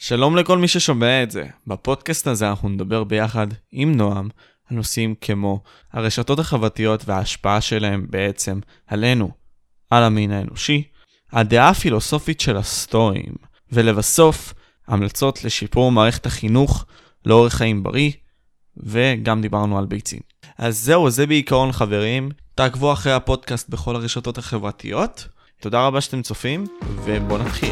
שלום לכל מי ששומע את זה. בפודקאסט הזה אנחנו נדבר ביחד עם נועם על נושאים כמו הרשתות החברתיות וההשפעה שלהם בעצם עלינו, על המין האנושי, הדעה הפילוסופית של הסטואים, ולבסוף המלצות לשיפור מערכת החינוך לאורך חיים בריא, וגם דיברנו על ביצים. אז זהו, זה בעיקרון חברים. תעקבו אחרי הפודקאסט בכל הרשתות החברתיות. תודה רבה שאתם צופים, ובואו נתחיל.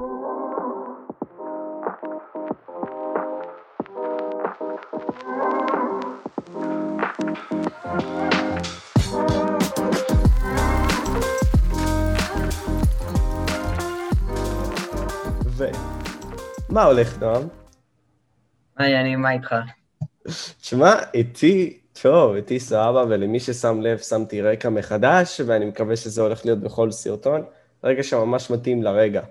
מה הולך, נועם? מה איתך? תשמע, איתי סבבה, ולמי ששם לב, שמתי רקע מחדש, ואני מקווה שזה הולך להיות בכל סרטון, רגע שממש מתאים לרגע.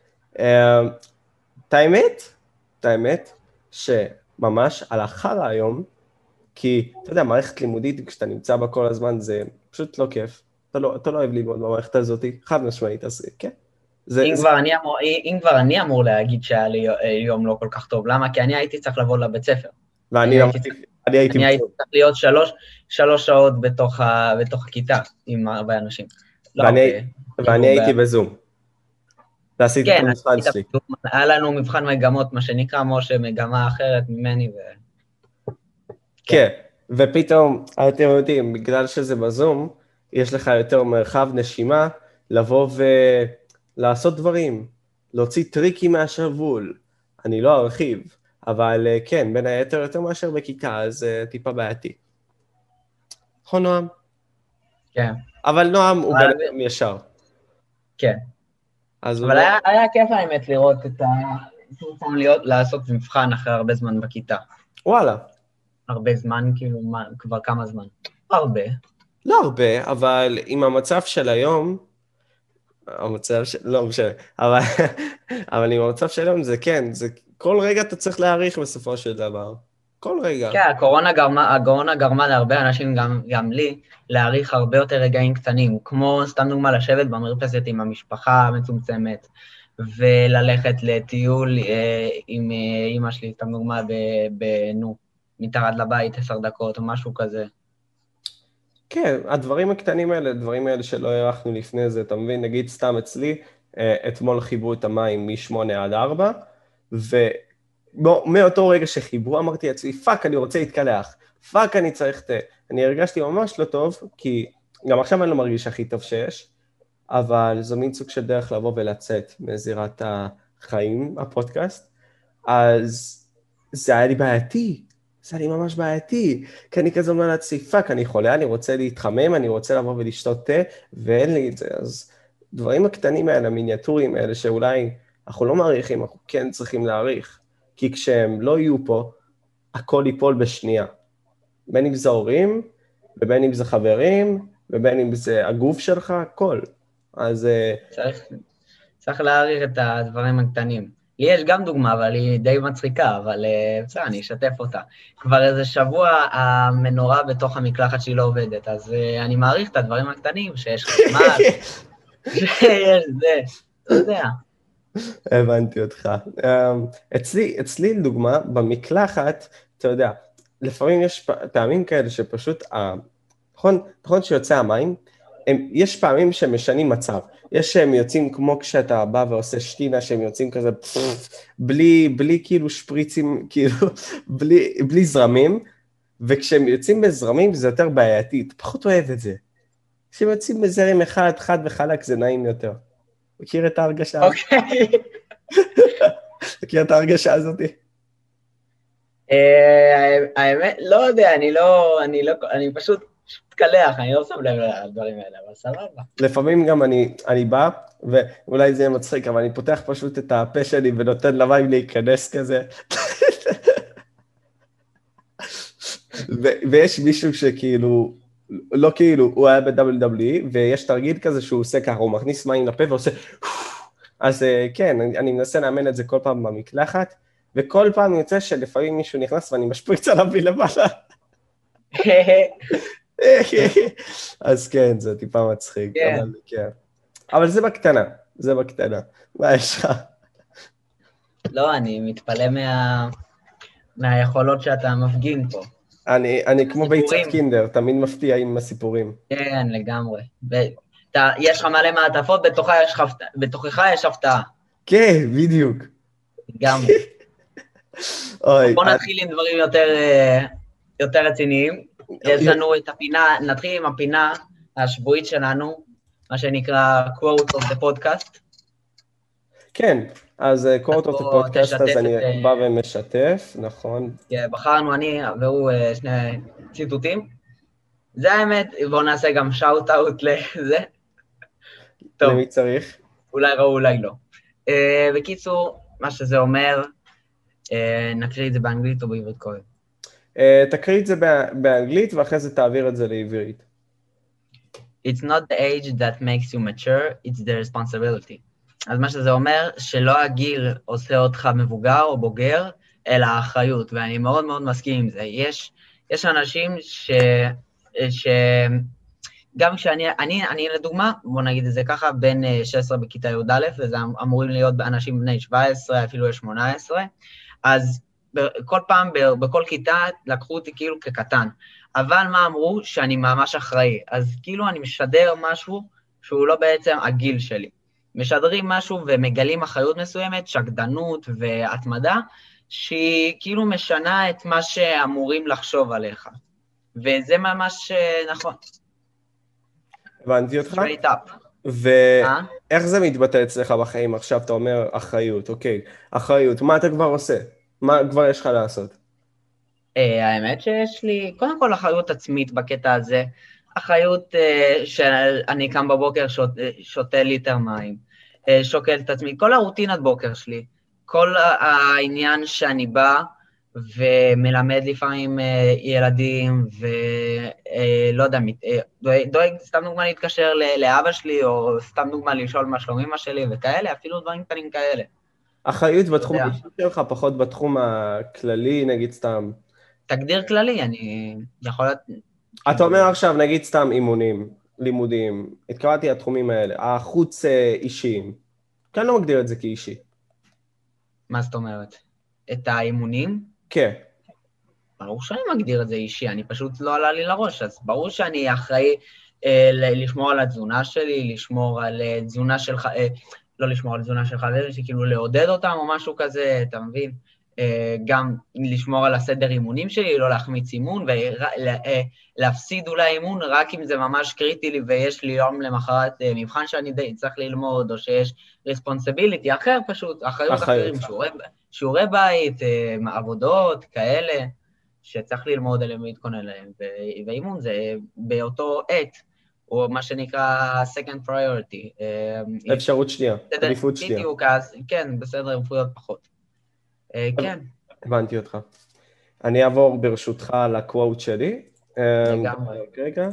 את האמת, שממש הלכה היום, כי, אתה יודע, מערכת לימודית, כשאתה נמצא בה כל הזמן, זה פשוט לא כיף. אתה לא אוהב ללמוד במערכת הזאת, חד משמעית, אז כן. אם כבר אני אמור להגיד שהיה לי יום לא כל כך טוב, למה? כי אני הייתי צריך לבוא לבית ספר. ואני הייתי צריך להיות 3 שעות בתוך הכיתה עם הרבה אנשים. ואני הייתי בזום. ועשיתי את המבחן שלי. היה לנו מבחן מגמות, מה שנקרא, משה, מגמה אחרת ממני. כן, ופתאום, אתם יודעים, בגלל שזה בזום, יש לך יותר מרחב נשימה, לבוא לעשות דברים, להוציא טריקים מהשרוול. אני לא ארחיב, אבל כן, בין היתר יותר מאשר בכיתה, אז טיפה בעייתי. נכון, נועם? כן. אבל נועם הוא בן אדם ישר. כן. אבל היה כיף האמת לראות את לעשות מבחן אחרי הרבה זמן בכיתה. וואלה. הרבה זמן, כאילו, כבר כמה זמן? הרבה. לא הרבה, אבל עם המצב של היום, לא משנה, אבל עם המצב של היום זה כן, זה כל רגע אתה צריך להעריך בסופו של דבר, כל רגע. כן, הקורונה גרמה להרבה אנשים, גם לי, להעריך הרבה יותר רגעים קטנים, כמו סתם דוגמה לשבת במרפסת עם המשפחה המצומצמת, וללכת לטיול עם אמא שלי, סתם דוגמה מתחת לבית 10 דקות או משהו כזה. כן, הדברים הקטנים האלה, הדברים האלה שלא הערכנו לפני זה, אתה מבין, נגיד סתם אצלי, אתמול חיברו את המים מ-8 עד 4, ומאותו רגע שחיברו אמרתי לעצמי, פאק, אני רוצה להתקלח, פאק, אני הרגשתי ממש לא טוב, כי גם עכשיו אני לא מרגיש הכי טוב שיש, אבל זו מין סוג של דרך לבוא ולצאת מזירת החיים, הפודקאסט, אז זה היה לי בעייתי, זה היה לי ממש בעייתי, כי אני כזה אומר לעצמי, פאק, אני חולה, אני רוצה להתחמם, אני רוצה לבוא ולשתות תה, ואין לי את זה, אז דברים הקטנים האלה, המיניאטורים האלה, שאולי אנחנו לא מעריכים, אנחנו כן צריכים להעריך, כי כשהם לא יהיו פה, הכל ייפול בשנייה, בין אם זה הורים, ובין אם זה חברים, ובין אם זה הגוף שלך, הכל, אז צריך להעריך את הדברים הקטנים. לי יש גם דוגמה, אבל היא די מצחיקה, אבל בסדר, אני אשתף אותה. כבר איזה שבוע המנורה בתוך המקלחת שלי לא עובדת, אז אני מעריך את הדברים הקטנים, שיש חשמל, שיש זה, אתה יודע. הבנתי אותך. אצלי לדוגמה, במקלחת, אתה יודע, לפעמים יש פעמים כאלה שפשוט, נכון שיוצא המים, יש פעמים שמשנים מצב, יש שהם יוצאים כמו כשאתה בא ועושה שתינה, שהם יוצאים כזה, בלי כאילו שפריצים, כאילו, בלי זרמים, וכשהם יוצאים בזרמים זה יותר בעייתי, אתה פחות אוהב את זה. כשהם יוצאים בזרם אחד, חד וחלק, זה נעים יותר. מכיר את ההרגשה הזאת? אוקיי. מכיר את ההרגשה הזאת? האמת, לא יודע, אני פשוט תקלח, אני לא שם לב לדברים האלה, אבל סבבה. לפעמים גם אני בא, ואולי זה יהיה מצחיק, אבל אני פותח פשוט את הפה שלי ונותן למים להיכנס כזה. ויש מישהו שכאילו, לא כאילו, הוא היה ב-WWE, ויש תרגיל כזה שהוא עושה ככה, הוא מכניס מים לפה ועושה, אז כן, אני מנסה לאמן את זה כל פעם במקלחת, וכל פעם יוצא שלפעמים מישהו נכנס ואני משפריץ עליו מלמעלה. אז כן, זה טיפה מצחיק, אבל כן. אבל זה בקטנה, מה יש לך? לא, אני מתפלא מהיכולות שאתה מפגין פה. אני כמו ביצת סיפורים. קינדר, תמיד מפתיע עם הסיפורים. כן, לגמרי. יש לך מלא מעטפות, בתוכך יש הפתעה. כן, בדיוק. לגמרי. אוי, בוא נתחיל עם דברים יותר רציניים. יש לנו את הפינה, נתחיל עם הפינה השבועית שלנו, מה שנקרא quote of the podcast. כן, אז quote of the בוא podcast, אז תשתף אני את... בא ומשתף, נכון. בחרנו אני והוא שני ציטוטים. זה האמת, בואו נעשה גם שאוט-אוט לזה. טוב, למי צריך? אולי ראו, אולי לא. בקיצור, מה שזה אומר, נקריא את זה באנגלית או בעברית קודם. תקריא את זה באנגלית ואחרי זה תעביר את זה לעברית. It's not the age that makes you mature, it's the responsibility. אז מה שזה אומר, שלא הגיל עושה אותך מבוגר או בוגר, אלא האחריות, ואני מאוד מאוד מסכים עם זה. יש אנשים גם כשאני לדוגמה, בוא נגיד את זה ככה, בין 16 בכיתה י"א, וזה אמורים להיות אנשים בני 17, אפילו 18, אז כל פעם, בכל כיתה, לקחו אותי כאילו כקטן. אבל מה אמרו? שאני ממש אחראי. אז כאילו אני משדר משהו שהוא לא בעצם הגיל שלי. משדרים משהו ומגלים אחריות מסוימת, שקדנות והתמדה, שהיא כאילו משנה את מה שאמורים לחשוב עליך. וזה ממש נכון. הבנתי אותך? straight up. ואיך זה מתבטא אצלך בחיים? עכשיו אתה אומר אחריות, אוקיי. אחריות, מה אתה כבר עושה? מה כבר יש לך לעשות? האמת שיש לי, קודם כל אחריות עצמית בקטע הזה, אחריות שאני קם בבוקר, שותה ליטר מים, שוקל את עצמי, כל הרוטינת בוקר שלי, כל העניין שאני בא ומלמד לפעמים ילדים, ולא יודע, דואג סתם דוגמה להתקשר לאבא שלי, או סתם דוגמה לשאול מה שלום אמא שלי וכאלה, אפילו דברים קטנים כאלה. אחריות בתחום האישי שלך, פחות בתחום הכללי, נגיד סתם. תגדיר כללי, אני יכול... אתה אומר עכשיו, נגיד סתם אימונים, לימודים, התקבלתי לתחומים האלה, החוץ אישיים. כי אני לא מגדיר את זה כאישי. מה זאת אומרת? את האימונים? כן. ברור שאני מגדיר את זה אישי, אני פשוט לא עלה לי לראש, אז ברור שאני אחראי לשמור על התזונה שלי, לשמור על תזונה שלך, לא לשמור על תזונה שלך, כאילו לעודד אותם או משהו כזה, אתה מבין? גם לשמור על הסדר אימונים שלי, לא להחמיץ אימון, ולהפסיד אולי אימון רק אם זה ממש קריטי לי, ויש לי יום למחרת מבחן שאני צריך ללמוד, או שיש responsibility אחר פשוט, אחריות אחרים, שיעורי בית, עבודות, כאלה, שצריך ללמוד עליהם ולהתכונן עליהם, ואימון זה באותו עת, או מה שנקרא second priority. אפשרות שנייה, עדיפות שנייה. בדיוק, אז כן, בסדר, עדיפויות פחות. כן. הבנתי אותך. אני אעבור ברשותך לקוואט שלי. לגמרי. רגע.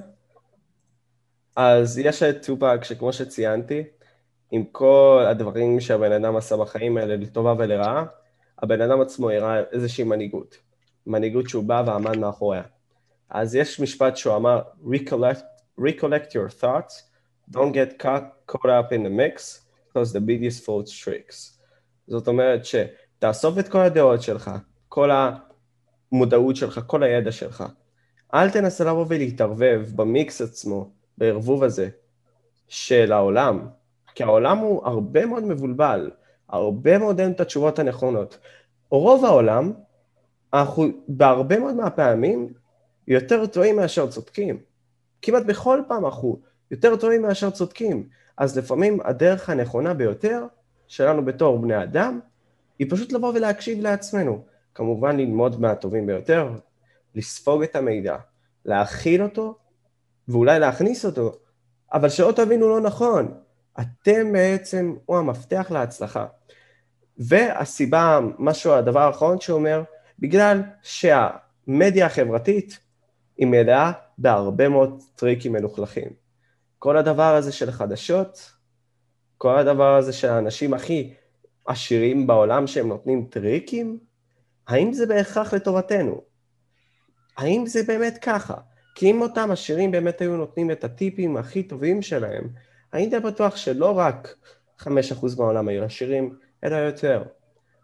אז יש את טופק שכמו שציינתי, עם כל הדברים שהבן אדם עשה בחיים האלה לטובה ולרעה, הבן אדם עצמו הראה איזושהי מנהיגות. מנהיגות שהוא בא ועמד מאחוריה. אז יש משפט שהוא אמר, recollect your thoughts, don't get caught up in the mix, because the biggest fault tricks. זאת אומרת תאסוף את כל הדעות שלך, כל המודעות שלך, כל הידע שלך. אל תנסה לבוא ולהתערבב במיקס עצמו, בערבוב הזה של העולם, כי העולם הוא הרבה מאוד מבולבל, הרבה מאוד אין את התשובות הנכונות. רוב העולם, אנחנו בהרבה מאוד מהפעמים יותר טועים מאשר צודקים. כמעט בכל פעם אנחנו יותר טועים מאשר צודקים. אז לפעמים הדרך הנכונה ביותר שלנו בתור בני אדם, היא פשוט לבוא ולהקשיב לעצמנו. כמובן ללמוד מהטובים ביותר, לספוג את המידע, להכיל אותו, ואולי להכניס אותו, אבל שלא תבינו לא נכון. אתם בעצם הוא המפתח להצלחה. והסיבה, הדבר האחרון שאומר, בגלל שהמדיה החברתית היא מלאה בהרבה מאוד טריקים מלוכלכים. כל הדבר הזה של חדשות, כל הדבר הזה של האנשים הכי עשירים בעולם שהם נותנים טריקים, האם זה בהכרח לטובתנו? האם זה באמת ככה? כי אם אותם עשירים באמת היו נותנים את הטיפים הכי טובים שלהם, הייתי בטוח שלא רק 5% מהעולם היו עשירים, אלא יותר.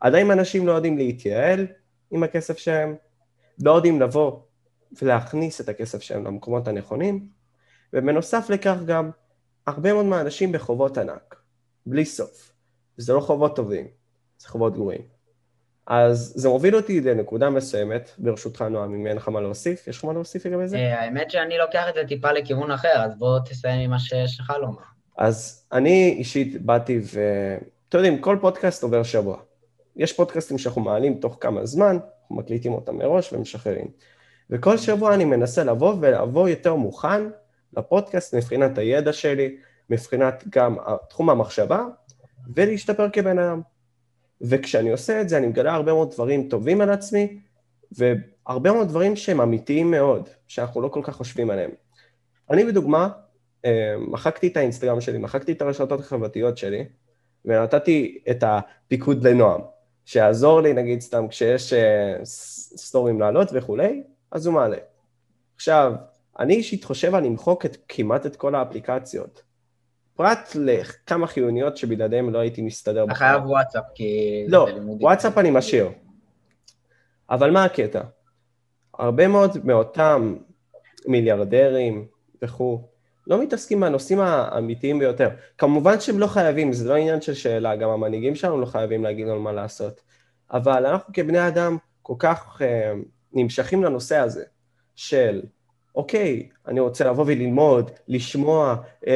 עדיין אנשים לא יודעים להתייעל עם הכסף שלהם, לא יודעים לבוא ולהכניס את הכסף שלהם למקומות הנכונים, ובנוסף לכך גם הרבה מאוד מהאנשים בחובות ענק, בלי סוף. וזה לא חובות טובים, זה חובות גרועים. אז זה מוביל אותי לנקודה מסוימת, ברשותך נועם, אם אין לך מה להוסיף, יש לך מה להוסיף לגבי זה? האמת שאני לוקח את זה טיפה לכיוון אחר, אז בוא תסיים עם מה שיש לך לומר. אז אני אישית באתי אתם יודעים, כל פודקאסט עובר שבוע. יש פודקאסטים שאנחנו מעלים תוך כמה זמן, אנחנו מקליטים אותם מראש ומשחררים. וכל שבוע אני מנסה לבוא יותר מוכן לפודקאסט מבחינת הידע שלי, מבחינת גם תחום המחשבה, ולהשתפר כבן אדם. וכשאני עושה את זה, אני מגלה הרבה מאוד דברים טובים על עצמי, והרבה מאוד דברים שהם אמיתיים מאוד, שאנחנו לא כל כך חושבים עליהם. אני בדוגמה, מחקתי את האינסטגרם שלי, מחקתי את הרשתות החברתיות שלי, ונתתי את הפיקוד לנועם, שיעזור לי, נגיד סתם, כשיש סטורים לעלות וכולי, אז הוא מעלה. עכשיו, אני אישית חושב על למחוק כמעט את כל האפליקציות, פרט לכמה חיוניות שבלעדיהם לא הייתי מסתדר אתה חייב וואטסאפ, כי... לא, וואטסאפ אני משאיר. אבל מה הקטע? הרבה מאוד מאותם מיליארדרים וכו', לא מתעסקים בנושאים האמיתיים ביותר. כמובן שהם לא חייבים, זה לא עניין של שאלה, גם המנהיגים שלנו לא חייבים להגיד לנו מה לעשות. אבל אנחנו כבני אדם כל כך נמשכים לנושא הזה, של אוקיי, אני רוצה לבוא וללמוד, לשמוע,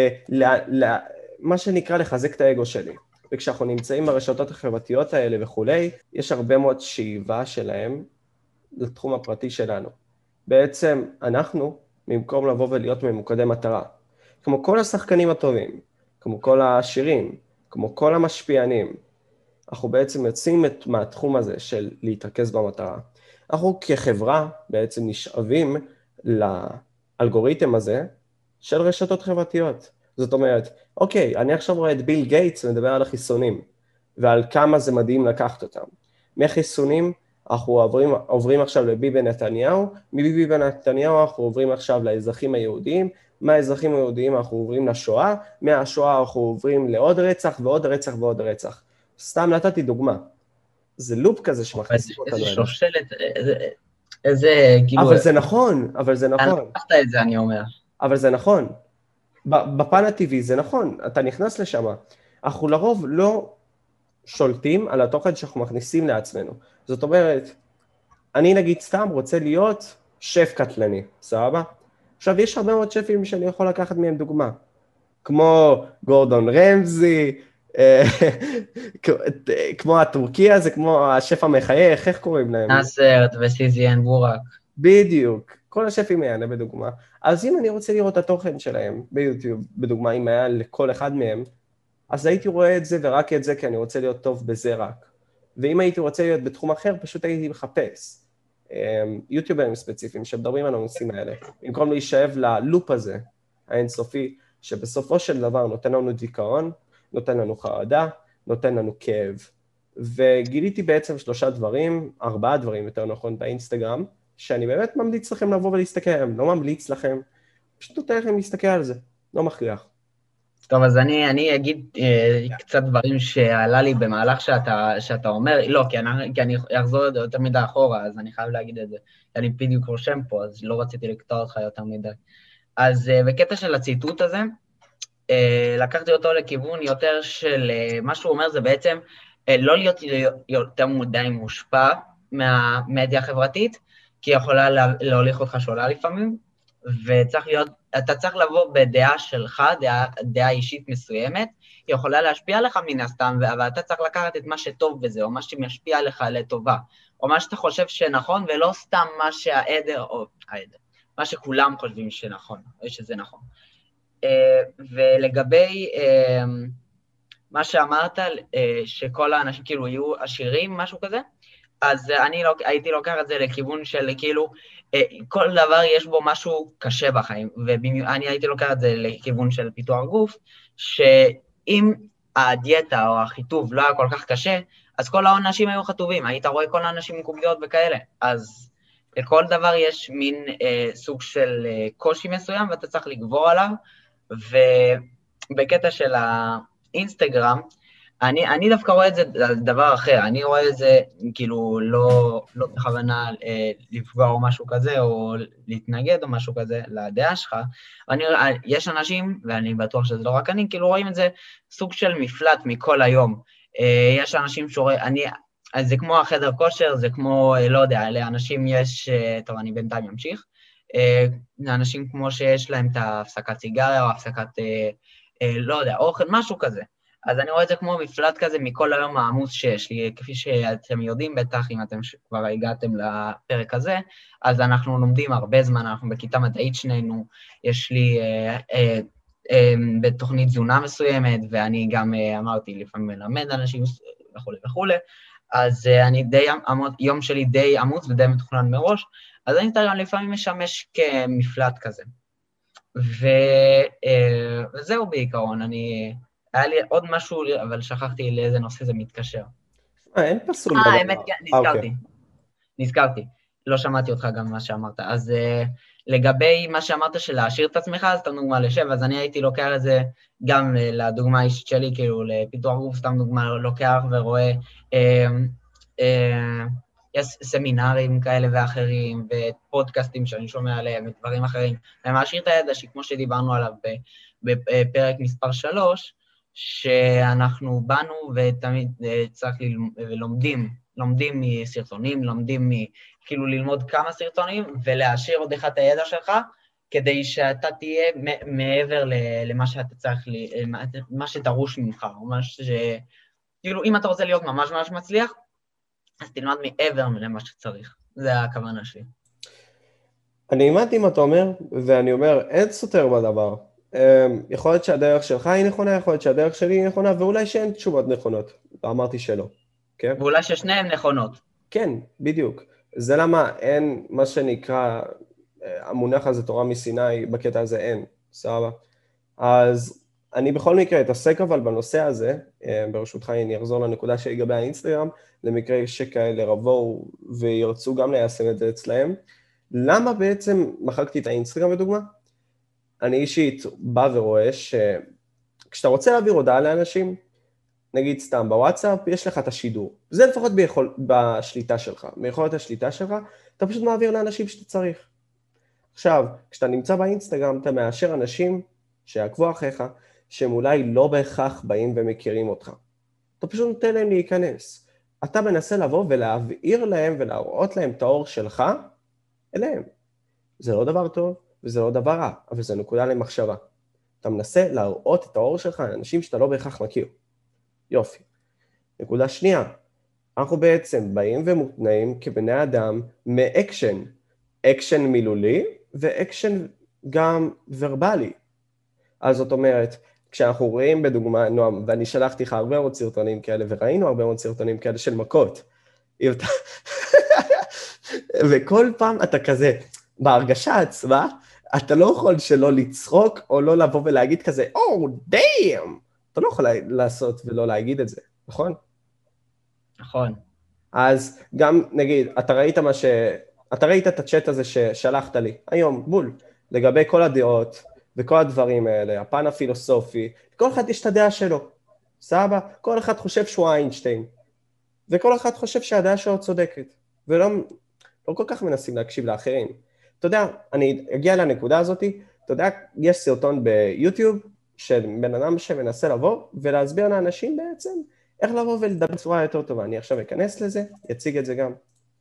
מה שנקרא לחזק את האגו שלי. וכשאנחנו נמצאים ברשתות החברתיות האלה וכולי, יש הרבה מאוד שאיבה שלהם לתחום הפרטי שלנו. בעצם אנחנו, במקום לבוא ולהיות ממוקדי מטרה, כמו כל השחקנים הטובים, כמו כל העשירים, כמו כל המשפיענים, אנחנו בעצם יוצאים מהתחום הזה של להתרכז במטרה. אנחנו כחברה בעצם נשאבים לאלגוריתם הזה של רשתות חברתיות. זאת אומרת, אוקיי, אני עכשיו רואה את ביל גייטס מדבר על החיסונים, ועל כמה זה מדהים לקחת אותם. מהחיסונים אנחנו עוברים עכשיו לביבי נתניהו, מביבי נתניהו אנחנו עוברים עכשיו לאזרחים היהודיים, מהאזרחים היהודיים אנחנו עוברים לשואה, מהשואה אנחנו עוברים לעוד רצח ועוד רצח ועוד רצח. סתם נתתי דוגמה. זה לופ כזה שמכניסים אותנו. איזה שושלת, איזה כאילו... אבל זה נכון, אבל זה נכון. אני לקחת את זה, אני אומר. אבל זה נכון. בפן הטבעי זה נכון, אתה נכנס לשם. אנחנו לרוב לא שולטים על התוכן שאנחנו מכניסים לעצמנו. זאת אומרת, אני נגיד סתם רוצה להיות שף קטלני, סבבה? עכשיו, יש הרבה מאוד שפים שאני יכול לקחת מהם דוגמה, כמו גורדון רמזי, כמו הטורקי הזה, כמו השף המחייך, איך קוראים להם? נאסר וסיזיאן בורק. בדיוק, כל השפים האלה בדוגמה. אז אם אני רוצה לראות את התוכן שלהם ביוטיוב, בדוגמה, אם היה לכל אחד מהם, אז הייתי רואה את זה ורק את זה, כי אני רוצה להיות טוב בזה רק. ואם הייתי רוצה להיות בתחום אחר, פשוט הייתי מחפש יוטיוברים ספציפיים שמדברים על הנושאים האלה, במקום להישאב ללופ הזה, האינסופי, שבסופו של דבר נותן לנו דיכאון, נותן לנו חרדה, נותן לנו כאב. וגיליתי בעצם 4 דברים יותר נכון באינסטגרם, שאני באמת ממליץ לכם לבוא ולהסתכל עליהם, לא ממליץ לכם, פשוט נותן לכם להסתכל על זה, לא מכריח. טוב, אז אני אגיד קצת דברים שעלה לי במהלך שאתה אומר, לא, כי אני אחזור יותר מדי אחורה, אז אני חייב להגיד את זה, כי אני בדיוק רושם פה, אז לא רציתי לקטוע אותך יותר מדי. אז בקטע של הציטוט הזה, לקחתי אותו לכיוון יותר של, מה שהוא אומר זה בעצם, לא להיות יותר מודע מושפע מהמדיה החברתית, כי היא יכולה להוליך אותך שולל לפעמים, אתה צריך לבוא בדעה שלך, דעה אישית מסוימת, היא יכולה להשפיע עליך מן הסתם, אבל אתה צריך לקחת את מה שטוב בזה, או מה שמשפיע עליך לטובה, או מה שאתה חושב שנכון, ולא סתם מה מה שכולם חושבים שנכון, או שזה נכון. ולגבי מה שאמרת, שכל האנשים כאילו יהיו עשירים, משהו כזה, אז אני הייתי לוקח את זה לכיוון של כאילו, כל דבר יש בו משהו קשה בחיים, ואני הייתי לוקח את זה לכיוון של פיתוח גוף, שאם הדיאטה או החיטוב לא היה כל כך קשה, אז כל האנשים היו חטובים, היית רואה כל האנשים עם קוביות וכאלה, אז לכל דבר יש מין סוג של קושי מסוים, ואתה צריך לגבור עליו, ובקטע של האינסטגרם, אני דווקא רואה את זה דבר אחר, אני רואה את זה כאילו לא בכוונה לפגוע או משהו כזה, או להתנגד או משהו כזה לדעה שלך, יש אנשים, ואני בטוח שזה לא רק אני, כאילו רואים את זה סוג של מפלט מכל היום. יש אנשים שרואים, זה כמו החדר כושר, זה כמו, לא יודע, לאנשים יש, טוב, אני בינתיים אמשיך, לאנשים כמו שיש להם את ההפסקת סיגריה, או הפסקת, לא יודע, אוכל, משהו כזה. אז אני רואה את זה כמו מפלט כזה מכל היום העמוס שיש לי, כפי שאתם יודעים בטח, אם אתם כבר הגעתם לפרק הזה, אז אנחנו לומדים הרבה זמן, אנחנו בכיתה מדעית שנינו, יש לי בתוכנית תזונה מסוימת, ואני גם אמרתי, לפעמים מלמד אנשים וכו' וכו', אז יום שלי די עמוס ודי מתוכנן מראש, אז אני לפעמים משמש כמפלט כזה. וזהו בעיקרון, היה לי עוד משהו, אבל שכחתי לאיזה נושא זה מתקשר. אין פסול בדבר. האמת, נזכרתי. לא שמעתי אותך גם מה שאמרת. אז לגבי מה שאמרת של להשאיר את עצמך, אז סתם דוגמה לשב, אז אני הייתי לוקח את זה גם לדוגמה האישית שלי, כאילו לפיתוח גוף, סתם דוגמה לוקח ורואה יש סמינרים כאלה ואחרים, ופודקאסטים שאני שומע עליהם, ודברים אחרים. אני משאיר את הידע שכמו שדיברנו עליו בפרק מספר 3, שאנחנו באנו ותמיד צריך לומדים מסרטונים, לומדים כאילו ללמוד כמה סרטונים, ולהשאיר עוד אחד את הידע שלך, כדי שאתה תהיה מעבר למה שאתה צריך, מה שדרוש ממך, או מה כאילו אם אתה רוצה להיות ממש ממש מצליח, אז תלמד מעבר למה שצריך. זה הכוונה שלי. אני אימדתי מה אתה אומר, ואני אומר, אין סותר בדבר. יכול להיות שהדרך שלך היא נכונה, יכול להיות שהדרך שלי היא נכונה, ואולי שאין תשובות נכונות. אמרתי שלא. כן? ואולי ששניהם נכונות. כן, בדיוק. זה למה אין מה שנקרא, המונח הזה תורה מסיני, בקטע הזה אין. סבבה. אז אני בכל מקרה אתעסק אבל בנושא הזה, ברשותך אני אחזור לנקודה שלגבי האינסטגרם, למקרה שכאלה רבו וירצו גם ליישם את זה אצלהם. למה בעצם מחקתי את האינסטגרם בדוגמה? אני אישית בא ורואה שכשאתה רוצה להעביר הודעה לאנשים, נגיד סתם בוואטסאפ, יש לך את השידור. זה לפחות בשליטה שלך. ביכולת השליטה שלך, אתה פשוט מעביר לאנשים שאתה צריך. עכשיו, כשאתה נמצא באינסטגרם, אתה מאשר אנשים שיעקבו אחריך, שהם אולי לא בהכרח באים ומכירים אותך. אתה פשוט נותן להם להיכנס. אתה מנסה לבוא ולהבהיר להם ולהראות להם את האור שלך אליהם. זה לא דבר טוב וזה לא דבר רע, אבל זה נקודה למחשבה. אתה מנסה להראות את האור שלך לאנשים שאתה לא בהכרח מכיר. יופי. נקודה שנייה, אנחנו בעצם באים ומותנאים כבני אדם מאקשן. אקשן מילולי ואקשן גם ורבלי. אז זאת אומרת, כשאנחנו רואים בדוגמה, נועם, ואני שלחתי לך הרבה מאוד סרטונים כאלה, וראינו הרבה מאוד סרטונים כאלה של מכות, וכל פעם אתה כזה, בהרגשה עצמה, אתה לא יכול שלא לצחוק, או לא לבוא ולהגיד כזה, דאם! אתה לא יכול לעשות ולא להגיד את זה, נכון? נכון. אז גם, נגיד, אתה ראית את הצ'אט הזה ששלחת לי, היום, בול, לגבי כל הדעות, וכל הדברים האלה, הפן הפילוסופי, כל אחד יש את הדעה שלו, סבא, כל אחד חושב שהוא איינשטיין, וכל אחד חושב שהדעה שלו צודקת, ולא כל כך מנסים להקשיב לאחרים. אתה יודע, אני אגיע לנקודה הזאת, אתה יודע, יש סרטון ביוטיוב, של בן אדם שמנסה לבוא, ולהסביר לאנשים בעצם, איך לבוא ולדבר בצורה יותר טובה. אני עכשיו אכנס לזה, אציג את זה גם.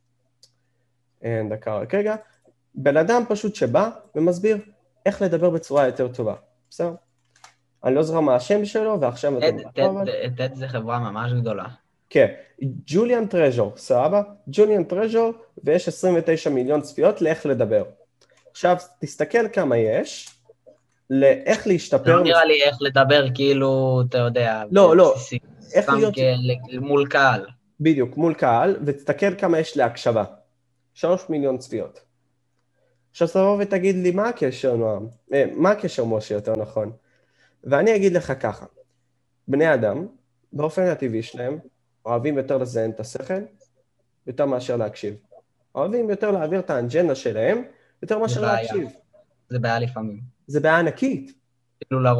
דקה רק רגע. בן אדם פשוט שבא ומסביר, איך לדבר בצורה יותר טובה, בסדר? אני לא זוכר מה השם שלו, ועכשיו... TED זה חברה ממש גדולה. כן, ג'וליאן טרז'ור, סבבה? ג'וליאן טרז'ור, ויש 29 מיליון צפיות לאיך לדבר. עכשיו, תסתכל כמה יש, לאיך להשתפר... לא נראה לי איך לדבר כאילו, אתה יודע... לא, איך להיות... מול קהל. בדיוק, מול קהל, ותסתכל כמה יש להקשבה. 3 מיליון צפיות. עכשיו תבוא ותגיד לי, מה הקשר נועם? מה הקשר משה יותר נכון? ואני אגיד לך ככה, בני אדם, באופן הטבעי שלהם, אוהבים יותר לזיין את השכל, יותר מאשר להקשיב. אוהבים יותר להעביר את האג'נדה שלהם, יותר מאשר להקשיב. זה בעיה לפעמים. זה בעיה ענקית. כאילו לרוב.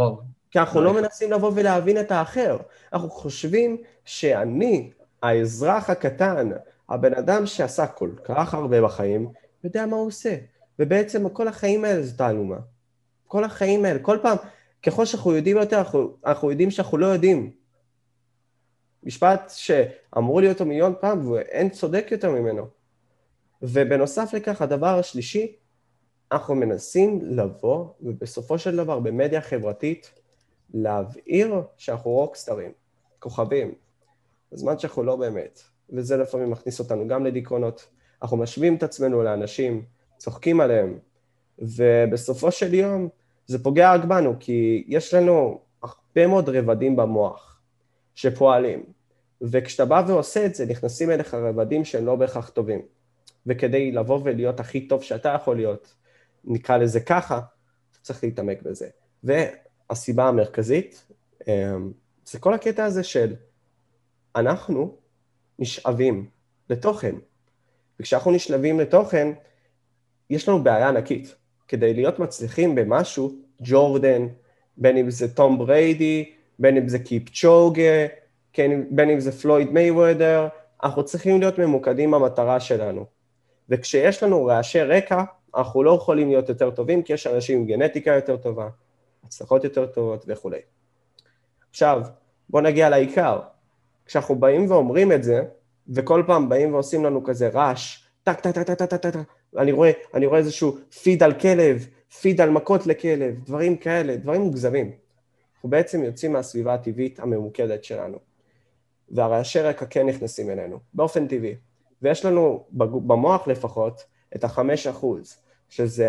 כי אנחנו לא מנסים לבוא ולהבין את האחר. אנחנו חושבים שאני, האזרח הקטן, הבן אדם שעשה כל כך הרבה בחיים, יודע מה הוא עושה. ובעצם כל החיים האלה זה תעלומה. כל החיים האלה, כל פעם, ככל שאנחנו יודעים יותר, אנחנו יודעים שאנחנו לא יודעים. משפט שאמרו לי אותו מיליון פעם, ואין צודק יותר ממנו. ובנוסף לכך, הדבר השלישי, אנחנו מנסים לבוא, ובסופו של דבר, במדיה חברתית, להבהיר שאנחנו רוקסטרים, כוכבים, בזמן שאנחנו לא באמת. וזה לפעמים מכניס אותנו גם לדיכאונות. אנחנו משווים את עצמנו לאנשים, צוחקים עליהם, ובסופו של יום זה פוגע רק בנו, כי יש לנו הרבה מאוד רבדים במוח שפועלים, וכשאתה בא ועושה את זה, נכנסים אליך רבדים שהם לא בהכרח טובים, וכדי לבוא ולהיות הכי טוב שאתה יכול להיות, נקרא לזה ככה, אתה צריך להתעמק בזה. והסיבה המרכזית, זה כל הקטע הזה של אנחנו נשאבים לתוכן, וכשאנחנו נשלבים לתוכן, יש לנו בעיה ענקית. כדי להיות מצליחים במשהו, ג'ורדן, בין אם זה תום בריידי, בין אם זה קיפצ'וגה, בין אם זה פלויד מייוודר, אנחנו צריכים להיות ממוקדים במטרה שלנו. וכשיש לנו רעשי רקע, אנחנו לא יכולים להיות יותר טובים, כי יש אנשים עם גנטיקה יותר טובה, הצלחות יותר טובות וכו'. עכשיו, בואו נגיע לעיקר. כשאנחנו באים ואומרים את זה, וכל פעם באים ועושים לנו כזה רעש, טק, טק, טק, טק, טק, טק, אני רואה איזשהו פיד על כלב, פיד על מכות לכלב, דברים כאלה, דברים מוגזמים. אנחנו בעצם יוצאים מהסביבה הטבעית הממוקדת שלנו. והרעשי רקע כן נכנסים אלינו, באופן טבעי. ויש לנו במוח לפחות את ה5%, שזה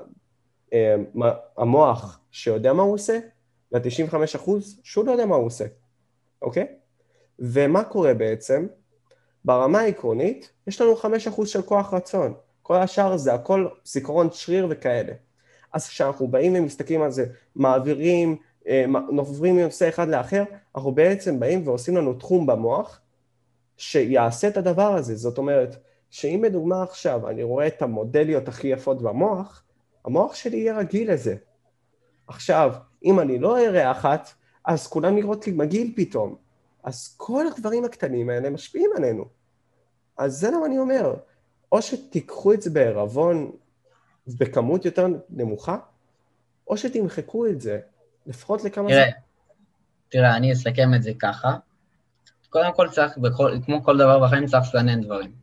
המוח שיודע מה הוא עושה, וה95% שהוא לא יודע מה הוא עושה, אוקיי? ומה קורה בעצם? ברמה העקרונית, יש לנו 5% של כוח רצון. כל השאר זה הכל זיכרון שריר וכאלה. אז כשאנחנו באים ומסתכלים על זה, מעבירים, נוברים מנושא אחד לאחר, אנחנו בעצם באים ועושים לנו תחום במוח, שיעשה את הדבר הזה. זאת אומרת, שאם בדוגמה עכשיו אני רואה את המודליות הכי יפות במוח, המוח שלי יהיה רגיל לזה. עכשיו, אם אני לא אראה אחת, אז כולם נראות לי מגעיל פתאום. אז כל הדברים הקטנים האלה משפיעים עלינו. אז זה למה אני אומר, או שתיקחו את זה בערבון בכמות יותר נמוכה, או שתמחקו את זה, לפחות לכמה זמן. תראה, אני אסכם את זה ככה. קודם כל צריך, כמו כל דבר בחיים, צריך לסנן דברים.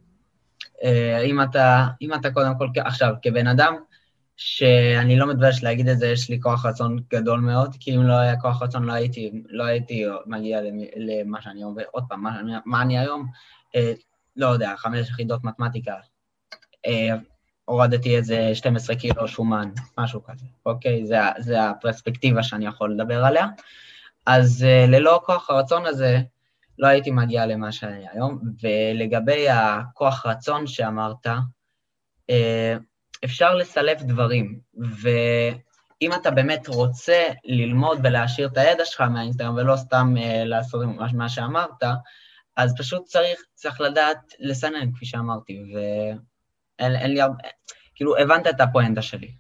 אם אתה קודם כל, עכשיו, כבן אדם, שאני לא מתבייש להגיד את זה, יש לי כוח רצון גדול מאוד, כי אם לא היה כוח רצון, לא הייתי מגיע למה שאני היום, ועוד פעם, מה אני היום? לא יודע, 5 יחידות מתמטיקה, הורדתי איזה 12 קילו שומן, משהו כזה, אוקיי? זה הפרספקטיבה שאני יכול לדבר עליה. אז ללא כוח הרצון הזה, לא הייתי מגיע למה שאני היום, ולגבי הכוח רצון שאמרת, אפשר לסלף דברים, ואם אתה באמת רוצה ללמוד ולהשאיר את הידע שלך מהאינסטגרם, ולא סתם לעשות מה שאמרת, אז פשוט צריך לדעת לסנן, כפי שאמרתי, ואין לי הרבה, כאילו, הבנת את הפואנטה שלי.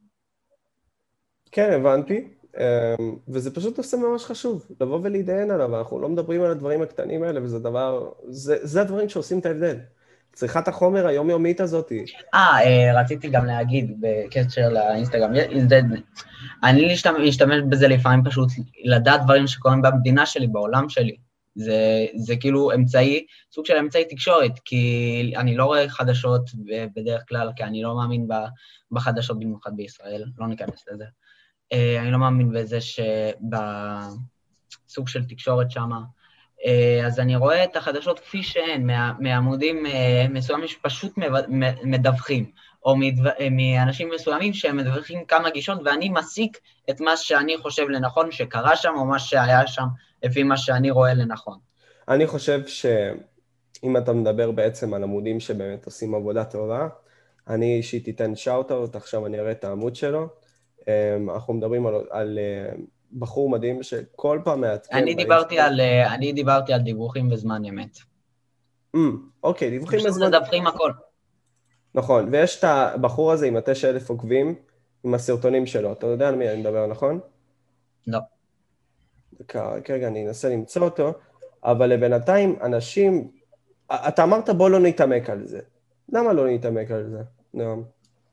כן, הבנתי, וזה פשוט עושה ממש חשוב, לבוא ולהתדיין עליו, אנחנו לא מדברים על הדברים הקטנים האלה, וזה דבר, זה הדברים שעושים את ההבדל. צריכת החומר היומיומית הזאת. רציתי גם להגיד בקשר לאינסטגרם, אני להשתמש בזה לפעמים פשוט לדעת דברים שקורים במדינה שלי, בעולם שלי. זה כאילו אמצעי, סוג של אמצעי תקשורת, כי אני לא רואה חדשות בדרך כלל, כי אני לא מאמין בחדשות במיוחד בישראל, לא ניכנס לזה. אני לא מאמין בזה שבסוג של תקשורת שמה, אז אני רואה את החדשות כפי שהן, מעמודים מסוימים שפשוט מדווחים, או מאנשים מסוימים שהם מדווחים כמה גישות, ואני מסיק את מה שאני חושב לנכון שקרה שם, או מה שהיה שם, לפי מה שאני רואה לנכון. אני חושב שאם אתה מדבר בעצם על עמודים שבאמת עושים עבודה טובה, אני אישית תיתן שאוט-אוט, עכשיו אני אראה את העמוד שלו, אנחנו מדברים על בחור מדהים שכל פעם מעדכן... אני דיברתי על דיווחים בזמן אמת. אוקיי, דיווחים בזמן... פשוט מדווחים הכל. נכון, ויש את הבחור הזה עם 9,000 עוקבים, עם הסרטונים שלו. אתה יודע על מי אני מדבר, נכון? לא. כרגע אני אנסה למצוא אותו, אבל לבינתיים אנשים, אתה אמרת בוא לא נתעמק על זה. למה לא נתעמק על זה? נועם.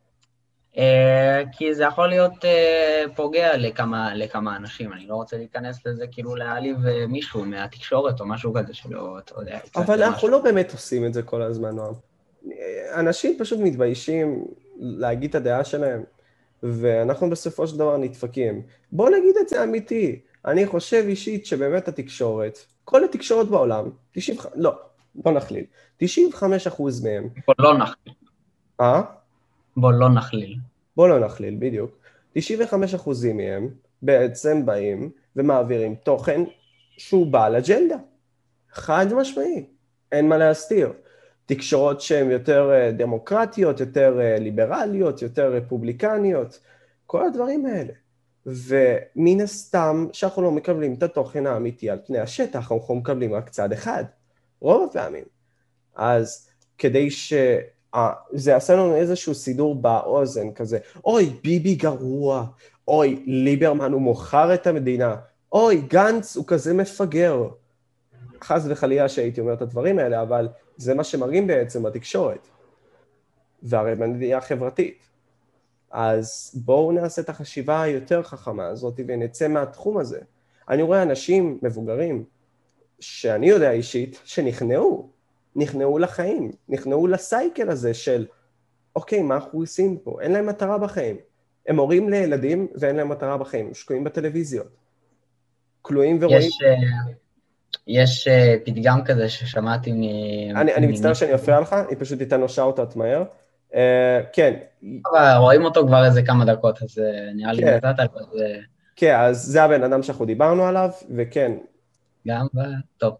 כי זה יכול להיות פוגע לכמה אנשים, אני לא רוצה להיכנס לזה כאילו להעליב מישהו מהתקשורת או משהו כזה שלא, אתה יודע. אבל אנחנו לא באמת עושים את זה כל הזמן, נועם. אנשים פשוט מתביישים להגיד את הדעה שלהם, ואנחנו בסופו של דבר נדפקים. בוא נגיד את זה אמיתי. אני חושב אישית שבאמת התקשורת, כל התקשורת בעולם, בוא נכליל, 95% מהם. בוא לא נכליל. אה? בוא לא נכליל. בוא לא נכליל, בדיוק. 95% מהם בעצם באים ומעבירים תוכן שהוא בעל אג'נדה. חד משמעי, אין מה להסתיר. תקשורות שהן יותר דמוקרטיות, יותר ליברליות, יותר רפובליקניות, כל הדברים האלה. ומן הסתם שאנחנו לא מקבלים את התוכן האמיתי על פני השטח, אנחנו מקבלים רק צד אחד, רוב הפעמים. אז כדי זה עשה לנו איזשהו סידור באוזן כזה, אוי ביבי גרוע, אוי ליברמן הוא מוכר את המדינה, אוי גנץ הוא כזה מפגר. חס וחלילה שהייתי אומר את הדברים האלה, אבל זה מה שמראים בעצם בתקשורת, והרמדיה החברתית. אז בואו נעשה את החשיבה היותר חכמה הזאת ונצא מהתחום הזה. אני רואה אנשים מבוגרים, שאני יודע אישית, נכנעו לחיים, נכנעו לסייקל הזה של, אוקיי, מה אנחנו עושים פה? אין להם מטרה בחיים. הם הורים לילדים ואין להם מטרה בחיים, שקועים בטלוויזיות. כלואים ורואים... יש פתגם כזה ששמעתי אני מצטער שאני אפריע לך, אני פשוט איתן לו שאוט-אוט מהר. כן. רואים אותו כבר איזה כמה דקות, אז נראה לי נתת על זה. כן, אז זה הבן אדם שאנחנו דיברנו עליו, וכן. גם, טוב.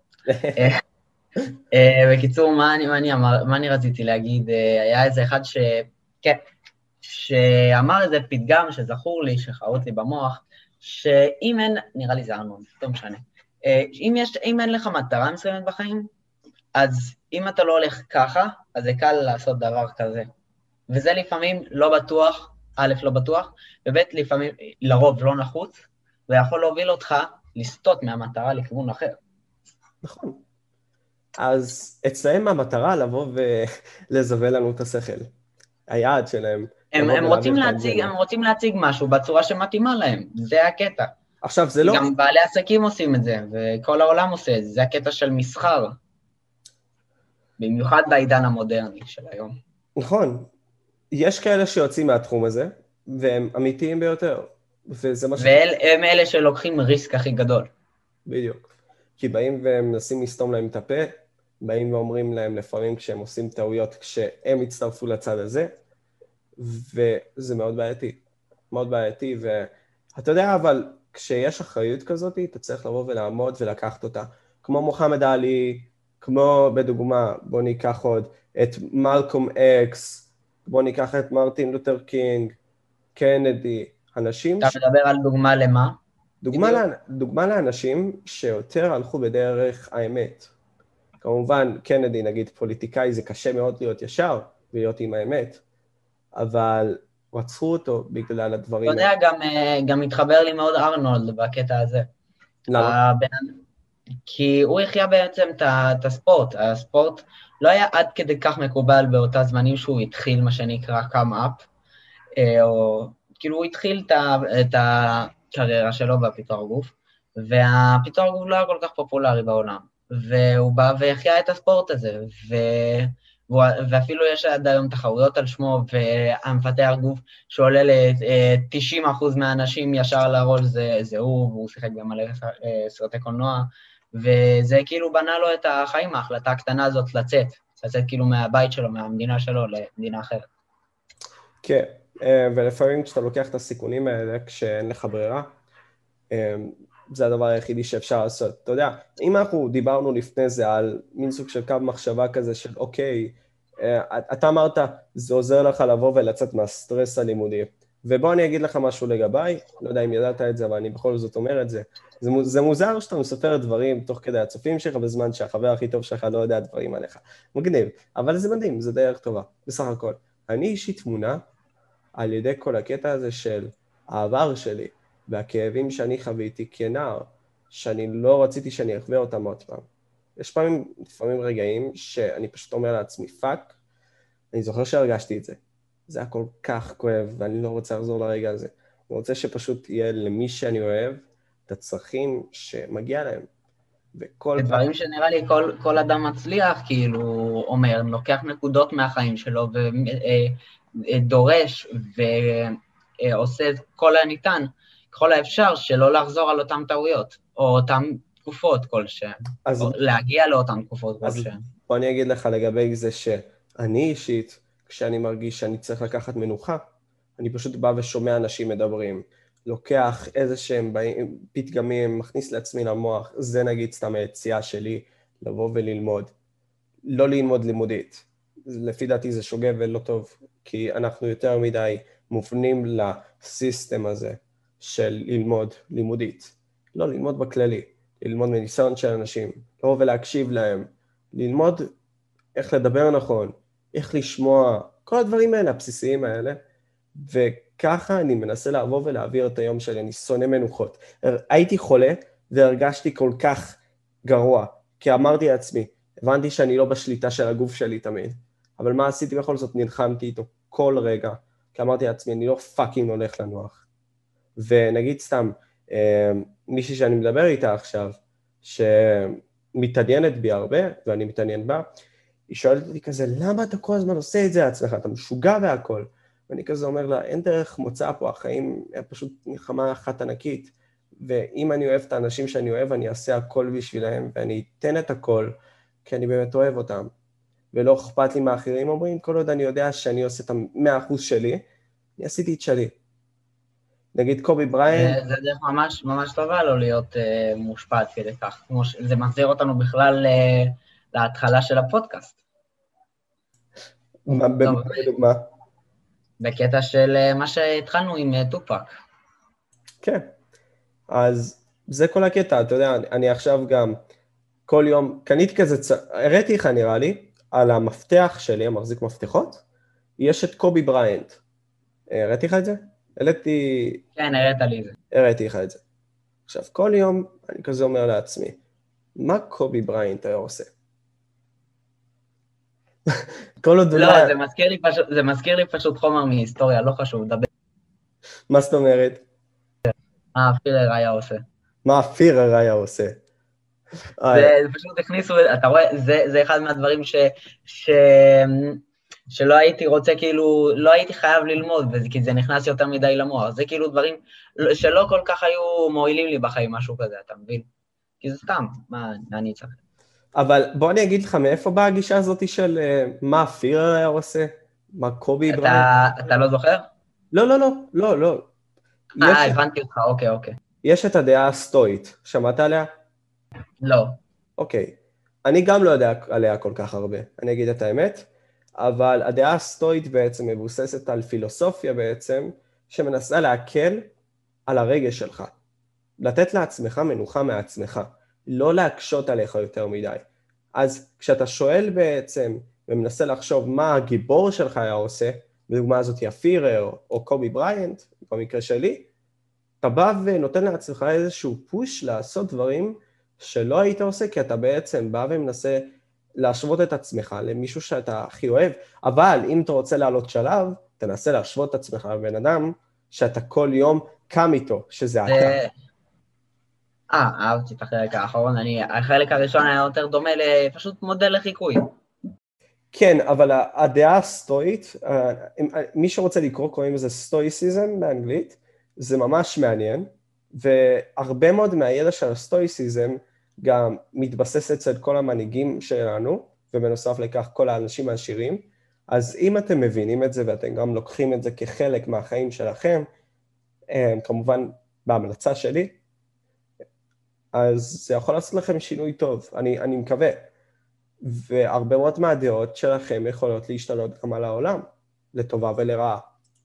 בקיצור, מה אני רציתי להגיד? היה איזה אחד שאמר איזה פתגם שזכור לי, שחרוט לי במוח, שאם אין, נראה לי זה ארנון, לא משנה. אם אין לך מטרה מסוימת בחיים, אז אם אתה לא הולך ככה, אז זה קל לעשות דבר כזה. וזה לפעמים לא בטוח, א', לא בטוח, וב', לפעמים לרוב לא נחוץ, ויכול להוביל אותך לסטות מהמטרה לכיוון אחר. נכון. אז אצלהם המטרה לבוא ולזבל לנו את השכל. היעד שלהם. הם רוצים להציג משהו בצורה שמתאימה להם, זה הקטע. עכשיו זה לא... גם בעלי עסקים עושים את זה, וכל העולם עושה את זה, זה הקטע של מסחר. במיוחד בעידן המודרני של היום. נכון. יש כאלה שיוצאים מהתחום הזה, והם אמיתיים ביותר. והם אלה שלוקחים ריסק הכי גדול. בדיוק. כי באים והם מנסים לסתום להם את הפה, באים ואומרים להם לפעמים כשהם עושים טעויות, כשהם הצטרפו לצד הזה, וזה מאוד בעייתי. מאוד בעייתי, ואתה יודע, אבל כשיש אחריות כזאת, אתה צריך לבוא ולעמוד ולקחת אותה. כמו מוחמד עלי, כמו בדוגמה, בוא ניקח עוד את מלקום אקס, בוא ניקח את מרטין לותר קינג, קנדי, אנשים... אתה מדבר על דוגמה למה? דוגמה לאנשים שיותר הלכו בדרך האמת. כמובן, קנדי, נגיד פוליטיקאי, זה קשה מאוד להיות ישר ולהיות עם האמת, אבל רצחו אותו בגלל הדברים האלה. אתה יודע, גם מתחבר לי מאוד ארנולד בקטע הזה. למה? כי הוא החיה בעצם את הספורט. הספורט לא היה עד כדי כך מקובל באותה זמנים שהוא התחיל מה שנקרא come up, או כאילו הוא התחיל את הקריירה שלו בפיתוח גוף, והפיתוח גוף לא היה כל כך פופולרי בעולם, והוא בא והחיה את הספורט הזה, ואפילו יש עד היום תחרויות על שמו, והמפתח גוף שעולה ל-90% מהאנשים ישר לראש זה הוא, והוא שיחק גם על סרטי קולנוע, וזה כאילו בנה לו את החיים, ההחלטה הקטנה הזאת לצאת כאילו מהבית שלו, מהמדינה שלו למדינה אחרת. כן, ולפעמים כשאתה לוקח את הסיכונים האלה, כשאין לך ברירה, זה הדבר היחידי שאפשר לעשות. אתה יודע, אם אנחנו דיברנו לפני זה על מין סוג של קו מחשבה כזה של אוקיי, אתה אמרת, זה עוזר לך לבוא ולצאת מהסטרס הלימודי. ובוא אני אגיד לך משהו לגביי, לא יודע אם ידעת את זה, אבל אני בכל זאת אומר את זה. זה מוזר שאתה מספר דברים תוך כדי הצופים שלך, בזמן שהחבר הכי טוב שלך לא יודע דברים עליך. מגניב, אבל זה מדהים, זה דרך טובה, בסך הכל. אני אישית תמונה על ידי כל הקטע הזה של העבר שלי, והכאבים שאני חוויתי כנער, שאני לא רציתי שאני אחווה אותם עוד פעם. יש לפעמים רגעים שאני פשוט אומר לעצמי, פאק, אני זוכר שהרגשתי את זה. זה היה כל כך כואב, ואני לא רוצה לחזור לרגע הזה. אני רוצה שפשוט יהיה למי שאני אוהב את הצרכים שמגיע להם. וכל זה דברים שנראה לי כל אדם מצליח, כאילו, אומר, לוקח נקודות מהחיים שלו ודורש ועושה את כל הניתן, ככל האפשר, שלא לחזור על אותן טעויות, או אותן תקופות כלשהן, או להגיע לאותן תקופות כלשהן. בוא אני אגיד לך לגבי זה שאני אישית, כשאני מרגיש שאני צריך לקחת מנוחה, אני פשוט בא ושומע אנשים מדברים, לוקח איזה שהם פתגמים, מכניס לעצמי למוח, זה נגיד סתם היציאה שלי, לבוא וללמוד. לא ללמוד לימודית. לפי דעתי זה שוגע ולא טוב, כי אנחנו יותר מדי מובנים לסיסטם הזה של ללמוד לימודית. לא ללמוד בכללי, ללמוד מניסיון של אנשים, לבוא ולהקשיב להם, ללמוד איך לדבר נכון, איך לשמוע, כל הדברים האלה, הבסיסיים האלה, וככה אני מנסה לעבור ולהעביר את היום שלי, אני שונא מנוחות. הייתי חולה והרגשתי כל כך גרוע, כי אמרתי לעצמי, הבנתי שאני לא בשליטה של הגוף שלי תמיד, אבל מה עשיתי בכל זאת? נלחמתי איתו כל רגע, כי אמרתי לעצמי, אני לא פאקינג הולך לנוח. ונגיד סתם, מישהי שאני מדבר איתה עכשיו, שמתעניינת בי הרבה, ואני מתעניין בה, היא שואלת אותי כזה, למה אתה כל הזמן עושה את זה לעצמך? אתה משוגע והכל. ואני כזה אומר לה, אין דרך מוצא פה, החיים פשוט מלחמה אחת ענקית, ואם אני אוהב את האנשים שאני אוהב, אני אעשה הכל בשבילהם, ואני אתן את הכל, כי אני באמת אוהב אותם. ולא אכפת לי מאחרים אומרים, כל עוד אני יודע שאני עושה את 100% שלי, אני עשיתי את שלי. נגיד קובי בריינט. זה דרך ממש, ממש טובה לא להיות מושפע כדי כך. זה מחזיר אותנו בכלל להתחלה של הפודקאסט. בדוגמה? בקטע של מה שהתחלנו עם טופק. כן. אז זה כל הקטע, אתה יודע, אני עכשיו גם כל יום, קניתי כזה, הראיתי לך נראה לי, על המפתח שלי, המחזיק מפתחות, יש את קובי בריינט. הראיתי לך את זה? כן, הראית לי את זה. הראיתי לך את זה. עכשיו, כל יום אני כזה אומר לעצמי, מה קובי בריינט היה עושה? כל עוד לא, זה מזכיר לי פשוט חומר מהיסטוריה, לא חשוב, דבר. מה זאת אומרת? מה הפירר היה עושה? מה הפירר היה עושה? זה פשוט הכניסו, אתה רואה, זה אחד מהדברים שלא הייתי רוצה, כאילו, לא הייתי חייב ללמוד, כי זה נכנס יותר מדי למוח. זה כאילו דברים שלא כל כך היו מועילים לי בחיים, משהו כזה, אתה מבין? כי זה סתם, מה אני צריך? אבל בוא אני אגיד לך, מאיפה באה הגישה הזאת של מה הפירר היה עושה? מה קובי בריינט? אתה לא זוכר? לא. הבנתי אותך, אוקיי. יש את הדעה הסטואית, שמעת עליה? לא. אוקיי, אני גם לא יודע עליה כל כך הרבה, אני אגיד את האמת, אבל הדעה הסטואית בעצם מבוססת על פילוסופיה בעצם, שמנסה להקל על הרגש שלך. לתת לעצמך מנוחה מעצמך, לא להקשות עליך יותר מדי. אז כשאתה שואל בעצם, ומנסה לחשוב מה הגיבור שלך היה עושה, בדוגמה הזאת הפירר או קובי בריינט, במקרה שלי, אתה בא ונותן לעצמך איזשהו פוש לעשות דברים שלא היית עושה, כי אתה בעצם בא ומנסה להשוות את עצמך למישהו שאתה הכי אוהב, אבל אם אתה רוצה לעלות שלב, תנסה להשוות את עצמך לבן אדם שאתה כל יום קם איתו, שזה אתה. אהבתי את החלק האחרון, החלק הראשון היה יותר דומה לפשוט מודל לחיקוי. כן, אבל הדעה הסטואית, מי שרוצה לקרוא קוראים לזה סטואיסיזם באנגלית, זה ממש מעניין, והרבה מאוד מהידע של הסטואיסיזם גם מתבסס אצל כל המנהיגים שלנו, ובנוסף לכך כל האנשים העשירים, אז אם אתם מבינים את זה ואתם גם לוקחים את זה כחלק מהחיים שלכם, כמובן בהמלצה שלי, אז זה יכול לעשות לכם שינוי טוב, אני מקווה. והרבה מאוד מהדעות שלכם יכולות להשתנות גם על העולם, לטובה ולרעה.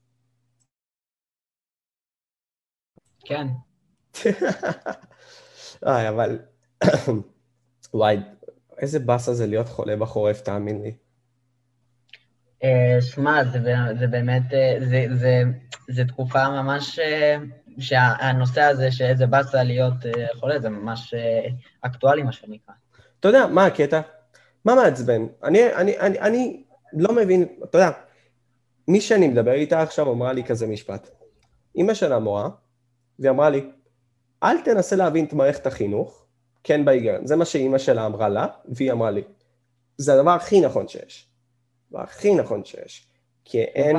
כן. אבל, וואי, איזה באסה זה להיות חולה בחורף, תאמין לי. שמע, זה באמת, זה תקופה ממש, שהנושא הזה שאיזה באסה להיות חולה, זה ממש אקטואלי, מה שנקרא. אתה יודע, מה הקטע? מה מעצבן? אני לא מבין, אתה יודע, מי שאני מדבר איתה עכשיו אמרה לי כזה משפט. אמא שלה מורה, והיא אמרה לי, אל תנסה להבין את מערכת החינוך, כן בהיגיון. זה מה שאמא שלה אמרה לה, והיא אמרה לי. זה הדבר הכי נכון שיש. הדבר הכי נכון שיש. כי אין...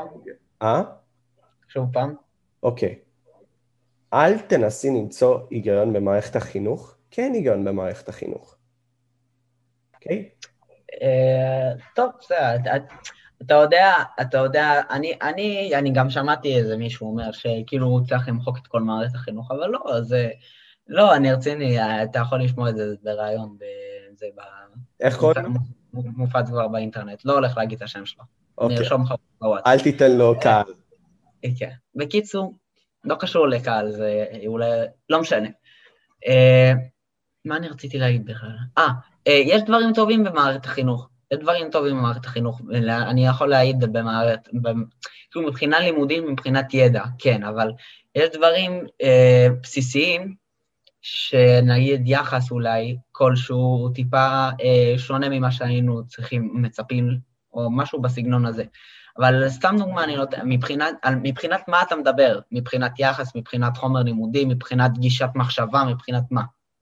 שוב פעם. אוקיי. אל תנסי למצוא היגיון במערכת החינוך, כן היגיון במערכת החינוך. אוקיי? טוב, בסדר. אתה יודע, אני גם שמעתי איזה מישהו אומר שכאילו הוא צריך למחוק את כל מערכת החינוך, אבל לא, לא, אני רציני, אתה יכול לשמוע את זה ברעיון, איך קוראים? מופץ כבר באינטרנט, לא הולך להגיד את השם שלו. אוקיי. נרשום לך בוואטס. אל תיתן לו קהל. כן. בקיצור, לא קשור לקהל, זה אולי, לא משנה. מה אני רציתי להגיד בכלל? יש דברים טובים במערכת החינוך. יש דברים טובים במערכת החינוך. אני יכול להעיד כאילו מבחינה לימודים, מבחינת ידע, כן, אבל יש דברים בסיסיים, שנגיד יחס אולי כלשהו טיפה שונה ממה שהיינו צריכים, מצפים, או משהו בסגנון הזה. אבל סתם דוגמה, אני נותן, מבחינת מה אתה מדבר? מבחינת יחס, מבחינת חומר לימודי, מבחינת גישת מחשבה, מבחינת מה?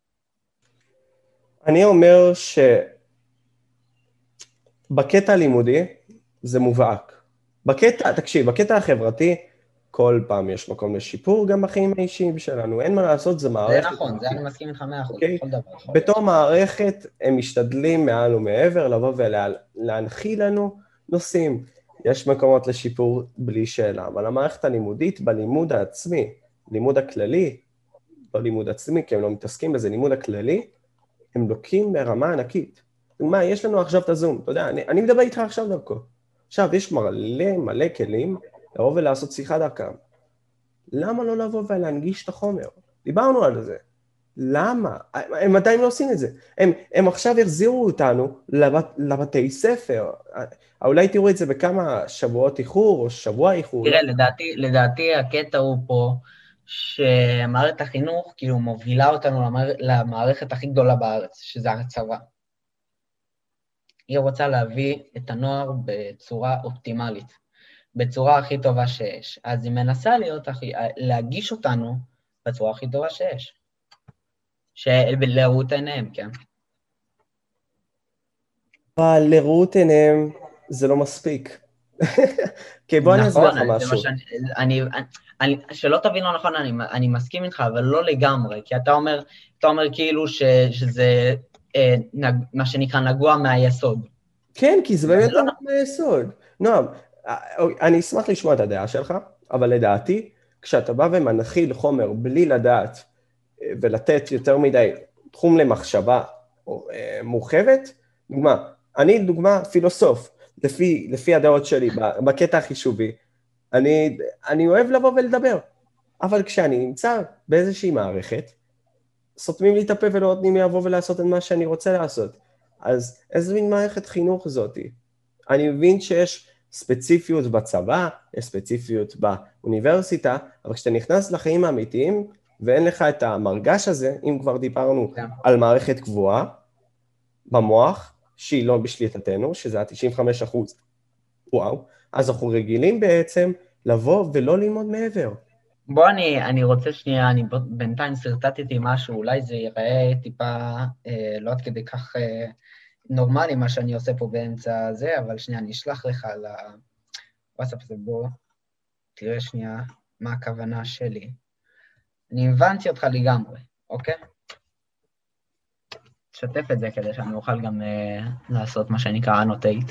אני אומר שבקטע הלימודי זה מובהק. תקשיב, בקטע החברתי, כל פעם יש מקום לשיפור, גם בחיים האישיים שלנו. אין מה לעשות, זה מערכת. זה נכון, זה אני מסכים איתך 100%, כל דבר. בתור מערכת, הם משתדלים מעל ומעבר לבוא ולהנחיל לנו נושאים. יש מקומות לשיפור בלי שאלה, אבל המערכת הלימודית בלימוד העצמי, לימוד הכללי, לא לימוד עצמי, כי הם לא מתעסקים בזה, לימוד הכללי, הם לוקים ברמה ענקית. מה, יש לנו עכשיו את הזום, אתה יודע, אני מדבר איתך עכשיו דרכו. עכשיו, יש מלא כלים לבוא ולעשות שיחה דרכם. למה לא לבוא ולהנגיש את החומר? דיברנו על זה. למה? הם עדיין לא עושים את זה. הם עכשיו החזירו אותנו לבתי ספר. אולי תראו את זה בכמה שבועות איחור או שבוע איחור. תראה, לדעתי הקטע הוא פה שמערכת החינוך כאילו מובילה אותנו למערכת הכי גדולה בארץ, שזה הצבא. היא רוצה להביא את הנוער בצורה אופטימלית, בצורה הכי טובה שיש. אז היא מנסה להגיש אותנו בצורה הכי טובה שיש. לראות עיניהם, כן. אבל לראות עיניהם זה לא מספיק. כי בוא אני אסביר לך משהו. שלא תבין לא נכון, אני מסכים איתך, אבל לא לגמרי, כי אתה אומר כאילו שזה מה שנקרא נגוע מהיסוד. כן, כי זה באמת נגוע מהיסוד. נועם, אני אשמח לשמוע את הדעה שלך, אבל לדעתי, כשאתה בא ומנחיל חומר בלי לדעת ולתת יותר מדי תחום למחשבה מורחבת, אני דוגמה פילוסוף, לפי הדעות שלי, בקטע החישובי, אני אוהב לבוא ולדבר, אבל כשאני נמצא באיזושהי מערכת, סותמים לי את הפה ולא נותנים לי לבוא ולעשות את מה שאני רוצה לעשות. אז איזה מין מערכת חינוך זאת? אני מבין שיש ספציפיות בצבא, יש ספציפיות באוניברסיטה, אבל כשאתה נכנס לחיים האמיתיים, ואין לך את המרגש הזה, אם כבר דיברנו על מערכת קבועה, במוח, שהיא לא בשליטתנו, שזה ה-95%, וואו, אז אנחנו רגילים בעצם לבוא ולא ללמוד מעבר. בוא, אני רוצה שנייה, אני בינתיים סרטטתי משהו, אולי זה ייראה טיפה, לא עד כדי כך נורמלי מה שאני עושה פה באמצע הזה, אבל שנייה, אני אשלח לך על הוואטסאפ הזה, בוא, תראה שנייה מה הכוונה שלי. אני הבנתי אותך לגמרי, אוקיי? תשתף את זה כדי שאני אוכל גם לעשות מה שנקרא אנוטייט.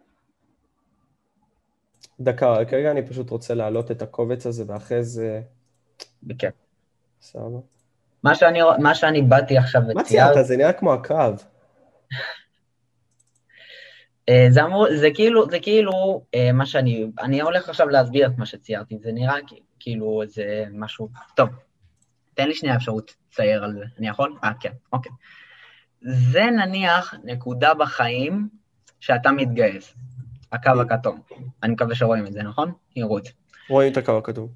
דקה, כרגע אני פשוט רוצה להעלות את הקובץ הזה, ואחרי זה... בכיף. סבבה. מה שאני באתי עכשיו מה ציירת? זה נראה כמו הקרב. זה כאילו מה אני הולך עכשיו להסביר את מה שציירתי, זה נראה כאילו זה משהו, טוב, תן לי שנייה אפשרות לצייר על זה, אני יכול? כן, אוקיי. זה נניח נקודה בחיים שאתה מתגייס, הקו הכתום, אני מקווה שרואים את זה, נכון? יראו את זה. רואים את הקו הכתוב.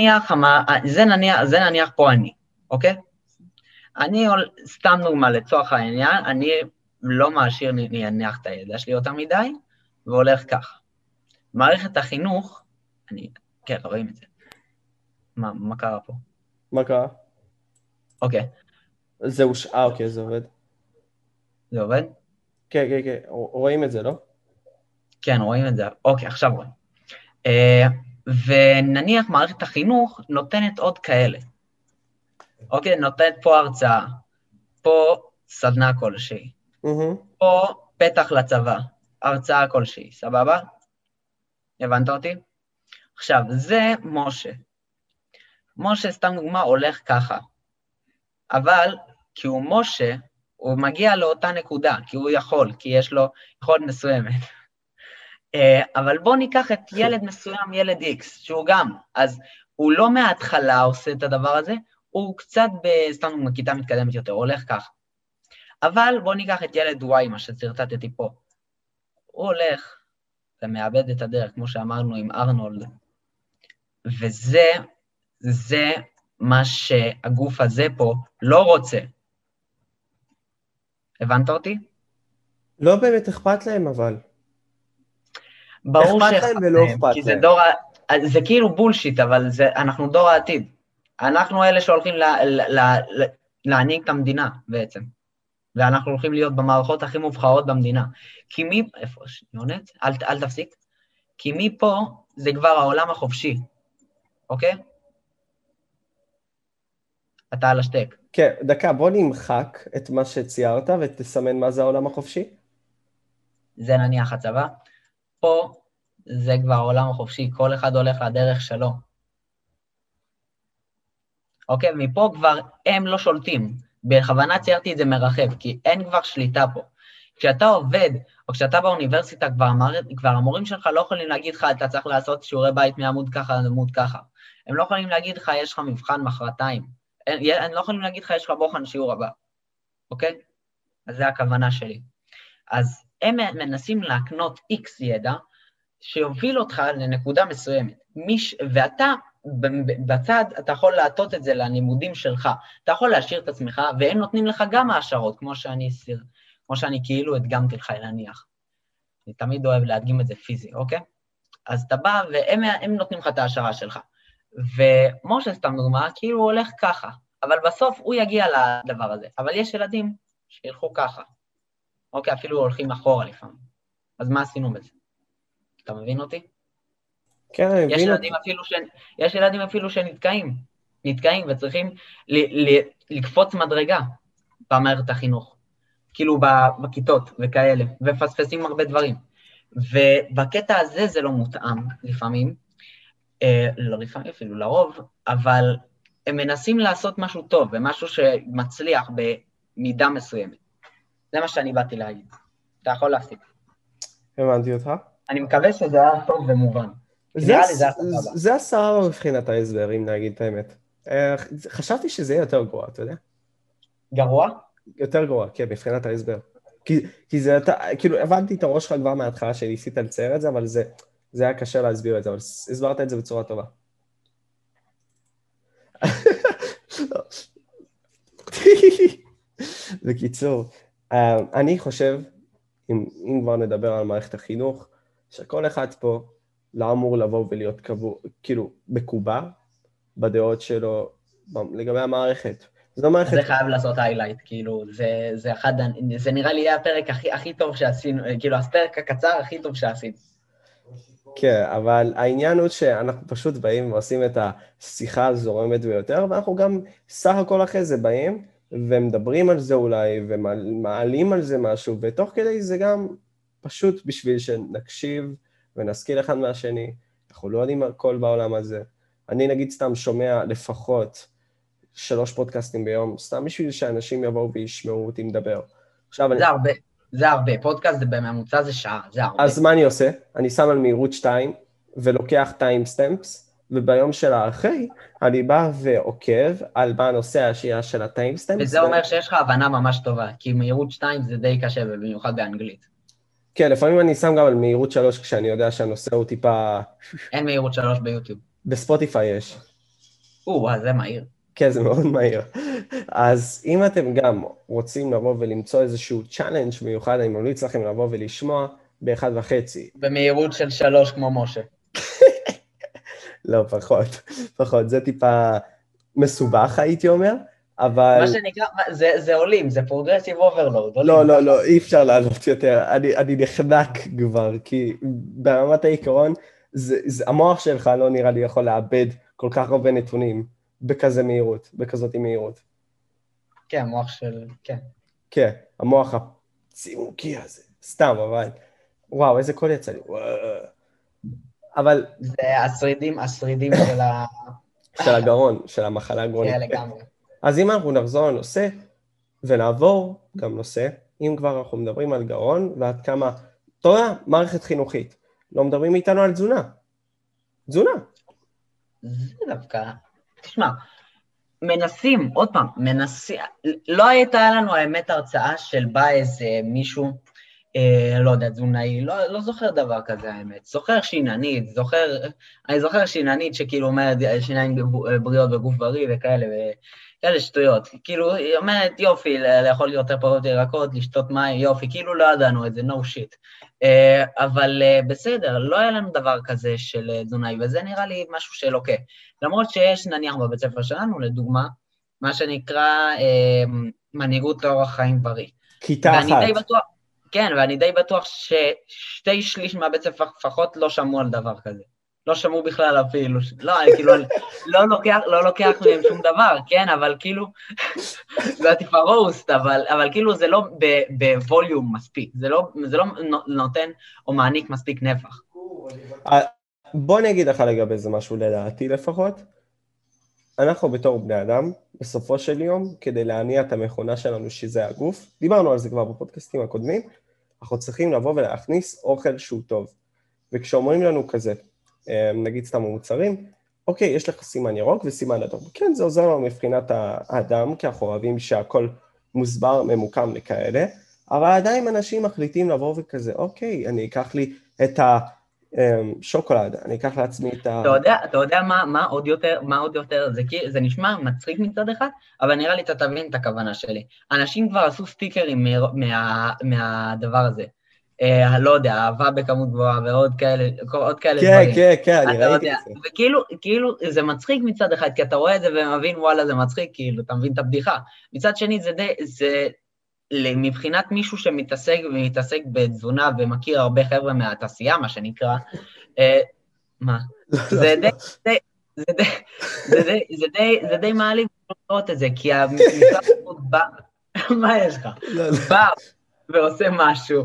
זה נניח פה אני, אוקיי? אני, סתם דוגמה לצורך העניין, אני לא מעשיר להניח את הידע שלי יותר מדי, והולך ככה. מערכת החינוך, כן, רואים את זה. מה קרה פה? מה קרה? אוקיי. אוקיי, זה עובד. זה עובד? כן, כן, כן, רואים את זה, לא? כן, רואים את זה. אוקיי, עכשיו רואים. ונניח מערכת החינוך נותנת עוד כאלה. אוקיי, נותנת פה הרצאה, פה סדנה כלשהי, פה פתח לצבא, הרצאה כלשהי, סבבה? הבנת אותי? עכשיו, זה משה. משה, סתם דוגמה, הולך ככה. אבל, כי הוא משה, הוא מגיע לאותה נקודה, כי הוא יכול, כי יש לו יכולת מסוימת. אבל בוא ניקח את ילד מסוים, ילד X, שהוא גם, אז הוא לא מההתחלה עושה את הדבר הזה, הוא קצת סתם דוגמה, כיתה מתקדמת יותר, הולך ככה. אבל בוא ניקח את ילד Y, מה שצרטטתי פה. הוא הולך ומאבד את הדרך, כמו שאמרנו עם ארנולד. וזה מה שהגוף הזה פה לא רוצה. הבנת אותי? לא באמת אכפת להם, אבל. ברור אכפת להם ולא אכפת כי זה להם. דור, זה כאילו בולשיט, אבל אנחנו דור העתיד. אנחנו אלה שהולכים להעניק את המדינה בעצם. ואנחנו הולכים להיות במערכות הכי מובחרות במדינה. כי איפה, יונט? אל תפסיק. כי מפה זה כבר העולם החופשי. אוקיי? אתה על השתק. כן, דקה, בוא נמחק את מה שציירת ותסמן מה זה העולם החופשי. זה נניח הצבא. פה זה כבר העולם החופשי, כל אחד הולך לדרך שלו. אוקיי, מפה כבר הם לא שולטים. בכוונה ציירתי את זה מרחב, כי אין כבר שליטה פה. כשאתה עובד, או כשאתה באוניברסיטה, כבר המורים שלך לא יכולים להגיד לך, אתה צריך לעשות שיעורי בית מעמוד ככה לעמוד ככה. הם לא יכולים להגיד לך, יש לך מבחן מחרתיים. הם לא יכולים להגיד לך, יש לך בוחן שיעור הבא. אוקיי? אז זה הכוונה שלי. אז הם מנסים להקנות X ידע, שיוביל אותך לנקודה מסוימת. ואתה, בצד, אתה יכול להטות את זה ללימודים שלך. אתה יכול להשאיר את עצמך, והם נותנים לך גם העשרות, כמו שאני כאילו הדגמתי לך להניח. אני תמיד אוהב להדגים את זה פיזי, אוקיי? אז אתה בא, והם נותנים לך את ההשערה שלך. ומשה, סתם דוגמה, כאילו הוא הולך ככה, אבל בסוף הוא יגיע לדבר הזה. אבל יש ילדים שילכו ככה. אוקיי, אפילו הולכים אחורה לפעמים. אז מה עשינו בזה? אתה מבין אותי? כן, אני מבין אותי. יש ילדים אפילו שנתקעים וצריכים לקפוץ מדרגה במערכת החינוך. כאילו בכיתות וכאלה, ופספסים הרבה דברים. ובקטע הזה זה לא מותאם לפעמים, לא לפעמים אפילו לרוב, אבל הם מנסים לעשות משהו טוב, ומשהו שמצליח במידה מסוימת. זה מה שאני באתי להגיד. אתה יכול להפסיק. הבנתי אותך. אני מקווה שזה היה טוב ומובן. זה הסער מבחינת ההסבר, אם נגיד את האמת. חשבתי שזה יהיה יותר גרוע, אתה יודע? גרוע? יותר גרוע, כן, מבחינת ההסבר. כי זה, כאילו, הבנתי את הראש שלך כבר מההתחלה שניסית לצייר את זה, אבל זה היה קשה להסביר את זה, אבל הסברת את זה בצורה טובה. בקיצור, אני חושב, אם כבר נדבר על מערכת החינוך, שכל אחד פה לא אמור לבוא ולהיות כאילו מקובע בדעות שלו לגבי המערכת. זה חייב לעשות highlight, כאילו, זה נראה לי יהיה הפרק הכי טוב שעשינו, כאילו, הפרק הקצר הכי טוב שעשינו. כן, אבל העניין הוא שאנחנו פשוט באים ועושים את השיחה הזורמת ביותר, ואנחנו גם סך הכל אחרי זה באים, ומדברים על זה אולי, ומעלים על זה משהו, ותוך כדי זה גם פשוט בשביל שנקשיב ונשכיל אחד מהשני. אנחנו לא יודעים הכל בעולם הזה. אני נגיד סתם שומע לפחות 3 פודקאסטים ביום, סתם בשביל שאנשים יבואו וישמעו אותי מדבר. זה הרבה, פודקאסט בממוצע זה שעה, זה הרבה. אז מה אני עושה? אני שם על מהירות 2, ולוקח טיימסטמפס, וביום של האחרי, אני בא ועוקב על מה הנושא השנייה של הטיימסטמפס. וזה אומר שיש לך הבנה ממש טובה, כי מהירות 2 זה די קשה, במיוחד באנגלית. כן, לפעמים אני שם גם על מהירות 3, כשאני יודע שהנושא הוא טיפה... אין מהירות 3 ביוטיוב. בספוטיפיי יש. אז זה מהיר. כן, זה מאוד מהיר. אז אם אתם גם רוצים לבוא ולמצוא איזשהו צ'אלנג' מיוחד, אני ממליץ לכם לבוא ולשמוע ב-1.5. במהירות של 3 כמו משה. לא, פחות. זה טיפה מסובך, הייתי אומר, אבל... מה שנקרא, זה עולים, זה פרוגרסיב אוברלוד. לא, אי אפשר לעלות יותר. אני נחנק כבר, כי ברמת העיקרון, המוח שלך לא נראה לי יכול לאבד כל כך הרבה נתונים בכזאת מהירות. כן, המוח של... כן. כן, המוח הצימוקי הזה, סתם, אבל... וואו, איזה קול יצא לי. אבל... זה השרידים של הגרון, של המחלה הגרונית. כן, לגמרי. אז אם אנחנו נחזור לנושא, ונעבור גם נושא, אם כבר אנחנו מדברים על גרון, ועד כמה... אתה יודע, מערכת חינוכית. לא מדברים איתנו על תזונה. תזונה. זה דווקא... תשמע, מנסים, עוד פעם, לא הייתה לנו האמת הרצאה של בא איזה מישהו, לא יודע, תזונאי, לא זוכר דבר כזה האמת, אני זוכר שיננית שכאילו אומרת שיניים בריאות וגוף בריא וכאלה שטויות, כאילו היא אומרת יופי, לאכול יותר פירות ירקות, לשתות מים, יופי, כאילו לא ידענו את זה, no shit, אבל בסדר, לא היה לנו דבר כזה של תזונאי, וזה נראה לי משהו שלוקה, למרות שיש נניח בבית ספר שלנו, לדוגמה, מה שנקרא מנהיגות לאורח חיים בריא. כיתה אחת. כן, ואני די בטוח ששתי שליש מהבית ספר לפחות לא שמעו על דבר כזה. לא שמעו בכלל אפילו, לא, אני כאילו, לא לוקח מהם שום דבר, כן, אבל כאילו, זה טיפה רוסט, אבל כאילו זה לא בווליום מספיק, זה לא נותן או מעניק מספיק נפח. בוא אני אגיד לך לגבי זה משהו לדעתי לפחות. אנחנו בתור בני אדם, בסופו של יום, כדי להניע את המכונה שלנו שזה הגוף, דיברנו על זה כבר בפודקאסטים הקודמים, אנחנו צריכים לבוא ולהכניס אוכל שהוא טוב. וכשאומרים לנו כזה, נגיד סתם המוצרים, אוקיי, יש לך סימן ירוק וסימן אדום. כן, זה עוזר לנו מבחינת האדם, כי אנחנו אוהבים שהכל מוסבר, ממוקם לכאלה, אבל עדיין אנשים מחליטים לבוא וכזה, אוקיי, אני אקח לי את שוקולד, אני אקח לעצמי את אתה יודע מה עוד יותר, זה נשמע מצחיק מצד אחד, אבל נראה לי אתה תבין את הכוונה שלי. אנשים כבר עשו סטיקרים מהדבר הזה. לא יודע, אהבה בכמות גבוהה ועוד כאלה דברים. כן, אני ראיתי את זה. וכאילו זה מצחיק מצד אחד, כי אתה רואה את זה ומבין וואלה זה מצחיק, כאילו אתה מבין את הבדיחה. מצד שני זה מבחינת מישהו שמתעסק בתזונה ומכיר הרבה חבר'ה מהתעשייה, מה שנקרא, מה? זה די מעליב לראות את זה, כי המשרד בא, מה יש לך? בא ועושה משהו,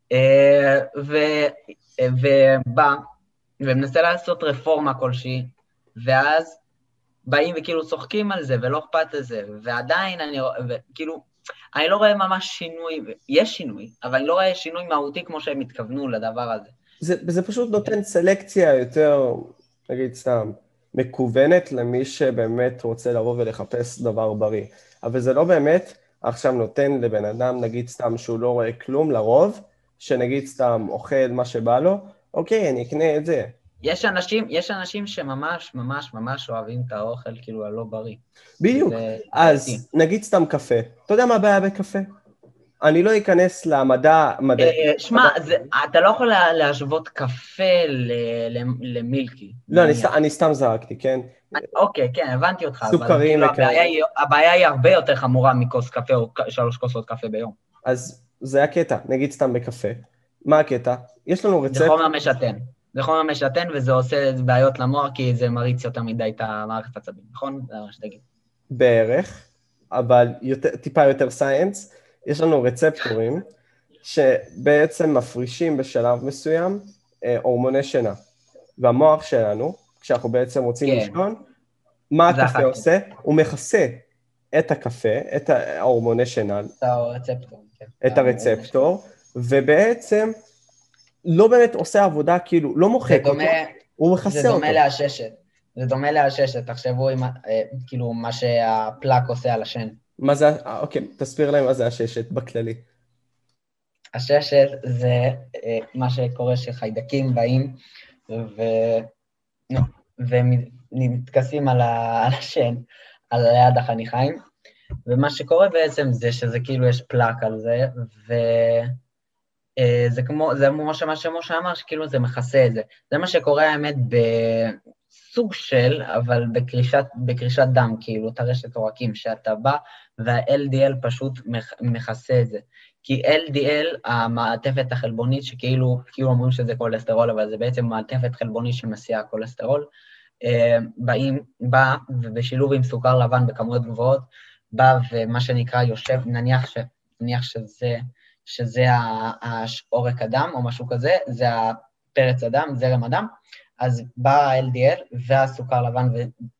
ובא ומנסה לעשות רפורמה כלשהי, ואז באים וכאילו צוחקים על זה, ולא אכפת לזה, ועדיין אני לא רואה ממש שינוי, יש שינוי, אבל אני לא רואה שינוי מהותי כמו שהם התכוונו לדבר הזה. זה פשוט נותן סלקציה יותר, נגיד סתם, מקוונת למי שבאמת רוצה לבוא ולחפש דבר בריא. אבל זה לא באמת עכשיו נותן לבן אדם, נגיד סתם שהוא לא רואה כלום לרוב, שנגיד סתם אוכל מה שבא לו, אוקיי, אני אקנה את זה. יש אנשים שממש ממש ממש אוהבים את האוכל, כאילו הלא בריא. בדיוק, אז נגיד סתם קפה. אתה יודע מה הבעיה בקפה? אני לא אכנס למדע... שמע, אתה לא יכול להשוות קפה למילקי. לא, אני סתם זרקתי, כן? אוקיי, כן, הבנתי אותך. סוכרים וכאלה. הבעיה היא הרבה יותר חמורה מכוס קפה או 3 כוסות קפה ביום. אז זה הקטע, נגיד סתם בקפה. מה הקטע? יש לנו רצפט... זה חומר משתן, וזה עושה בעיות למוח, כי זה מריץ יותר מדי את המערכת העצבים, נכון? זה מה שתגיד. בערך, אבל טיפה יותר סייאנס. יש לנו רצפטורים שבעצם מפרישים בשלב מסוים הורמוני שינה. והמוח שלנו, כשאנחנו בעצם רוצים לישון, מה הקפה עושה? הוא מכסה את הקפה, את ההורמוני שינה, את הרצפטור, ובעצם לא באמת עושה עבודה, כאילו, לא מוחק אותו, הוא מכסה אותו. זה דומה לעששת, תחשבו כאילו מה שהפלק עושה על השן. מה זה, אוקיי, תסביר להם מה זה הששת בכללי. הששת זה מה שקורה שחיידקים באים, ומתכסים על השן, על יד החניכיים, ומה שקורה בעצם זה שזה כאילו יש פלק על זה, וזה כמו, זה מה שמשה אמר, שכאילו זה מכסה את זה. זה מה שקורה האמת בסוג של, אבל בקרישת דם, כאילו, טרשת עורקים, שאתה בא, וה-LDL פשוט מכסה את זה. כי LDL, המעטפת החלבונית, שכאילו אומרים שזה כולסטרול, אבל זה בעצם מעטפת חלבונית שמסיעה כולסטרול, בא, ובשילוב עם סוכר לבן בכמויות גבוהות, בא ומה שנקרא יושב, נניח שזה עורק הדם או משהו כזה, זה פרץ הדם, זרם הדם, אז בא ה-LDL והסוכר לבן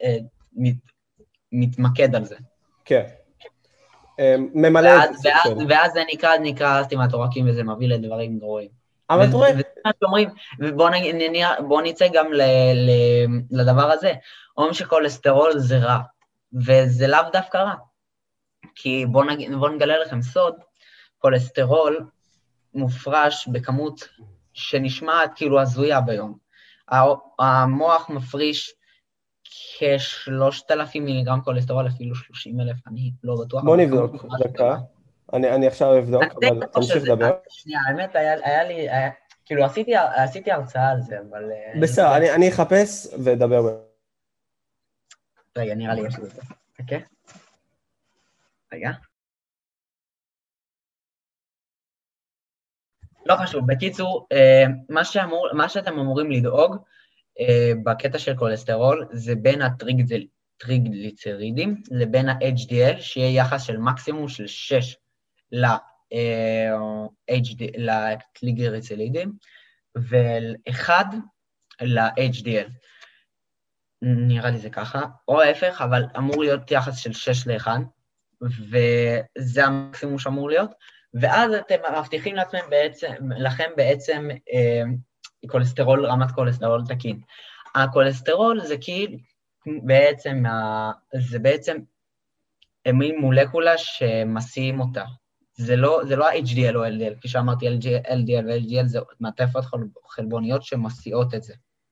ומתמקד על זה. כן. ממלא את זה. ואז זה נקרא סתימת עורקים וזה מביא לדברים גרועים. אבל אתה רואה... ובואו נצא גם לדבר הזה, אומרים שכולסטרול זה רע, וזה לאו דווקא רע. כי בואו נגלה לכם סוד, כולסטרול מופרש בכמות שנשמעת כאילו הזויה ביום. המוח מפריש כ-3,000 מיליגרם כולסטרול, אפילו 30,000, אני לא בטוח. בוא נבדוק, דקה. אני עכשיו אבדוק, אבל תמשיך לדבר. שנייה, האמת, היה לי, כאילו עשיתי הרצאה על זה, אבל... בסדר, אני אחפש ודבר. רגע, נראה לי יש לזה. אוקיי? רגע. לא חשוב, בקיצור, מה שאתם אמורים לדאוג בקטע של כולסטרול, זה בין הטריגליצרידים לבין ה-HDL, שיהיה יחס של מקסימום של 6 לטריגליצרידים, ו-1 ל-HDL. נראה לי זה ככה, או ההפך, אבל אמור להיות יחס של 6 ל-1, וזה המקסימום שאמור להיות, ואז אתם מבטיחים לכם בעצם כולסטרול, רמת כולסטרול תקין. הכולסטרול זה כאילו בעצם מין מולקולה שמסיעים אותה. זה לא ה-HDL או LDL, כפי שאמרתי, LDL ו-HDL זה מעטפות חלבוניות שמסיעות את זה.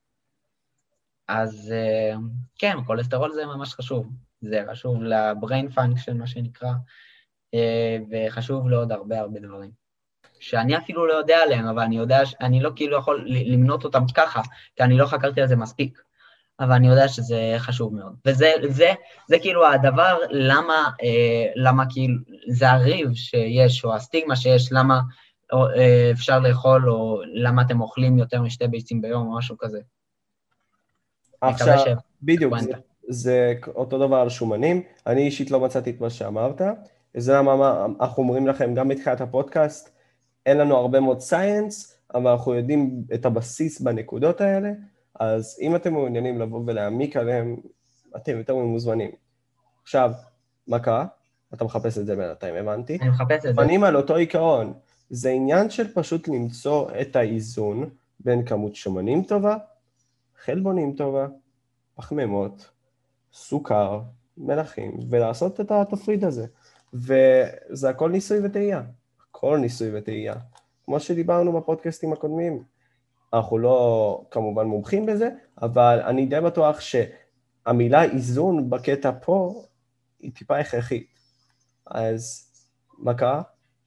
אז כן, כולסטרול זה ממש חשוב. זה חשוב ל-brain function, מה שנקרא, וחשוב לעוד הרבה דברים. שאני אפילו לא יודע עליהם, אבל אני לא כאילו יכול למנות אותם ככה, כי אני לא חקרתי על זה מספיק, אבל אני יודע שזה חשוב מאוד. וזה כאילו הדבר, למה כאילו, זה הריב שיש, או הסטיגמה שיש, למה אפשר לאכול, או למה אתם אוכלים יותר משתי ביצים ביום, או משהו כזה. עכשיו, בדיוק, זה אותו דבר על שומנים. אני אישית לא מצאתי את מה שאמרת. זה למה אנחנו אומרים לכם גם בתחילת הפודקאסט, אין לנו הרבה מאוד סייאנס, אבל אנחנו יודעים את הבסיס בנקודות האלה, אז אם אתם מעוניינים לבוא ולהעמיק עליהם, אתם יותר מוזמנים. עכשיו, מה קרה? אתה מחפש את זה בינתיים, הבנתי? אני מחפש את זה. שומנים על אותו עיקרון. זה עניין של פשוט למצוא את האיזון בין כמות שומנים טובה, חלבונים טובה, פחמימות, סוכר, מלחים, ולעשות את התפריד הזה. וזה הכל ניסוי וטעייה. הכל ניסוי וטעייה. כמו שדיברנו בפודקאסטים הקודמים. אנחנו לא כמובן מומחים בזה, אבל אני די בטוח שהמילה איזון בקטע פה היא טיפה הכרחית. אז מה קרה?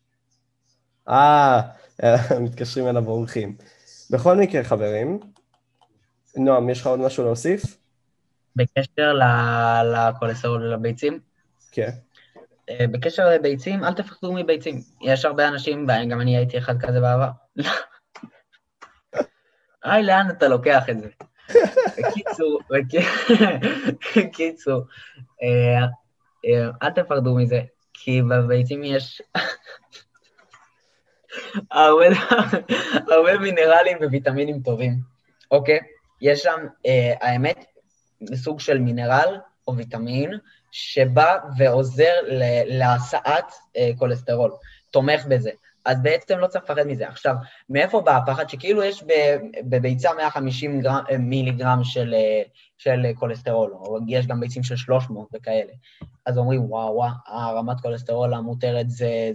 מתקשרים אליו ואורחים. בכל מקרה, חברים, נועם, יש לך עוד משהו להוסיף? בקשר לכולסטרול ולביצים? כן. בקשר לביצים, אל תפחדו מביצים. יש הרבה אנשים, גם אני הייתי אחד כזה בעבר. לאן אתה לוקח את זה? בקיצור, אל תפחדו מזה, כי בביצים יש הרבה מינרלים וויטמינים טובים, אוקיי? יש שם, האמת, סוג של מינרל או ויטמין, שבא ועוזר להסעת כולסטרול, תומך בזה. אז בעצם לא צריך לפחד מזה. עכשיו, מאיפה בא הפחד? שכאילו יש בביצה 150 מיליגרם של כולסטרול, או יש גם ביצים של 300 וכאלה. אז אומרים, וואו, הרמת כולסטרול המותרת זה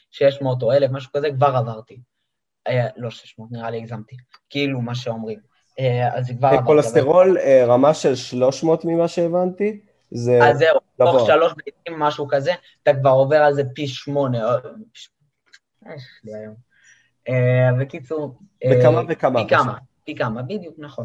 600 או 1,000, משהו כזה, כבר עברתי. לא 600, נראה לי הגזמתי. כאילו מה שאומרים. אז זה כבר... כולסטרול, רמה של 300 ממה שהבנתי, זה אז זהו, תוך גבוה. 3 ביצים, משהו כזה, אתה כבר עובר על זה פי 8. יש לי היום. בקיצור... בכמה וכמה. פי כמה, בדיוק, נכון.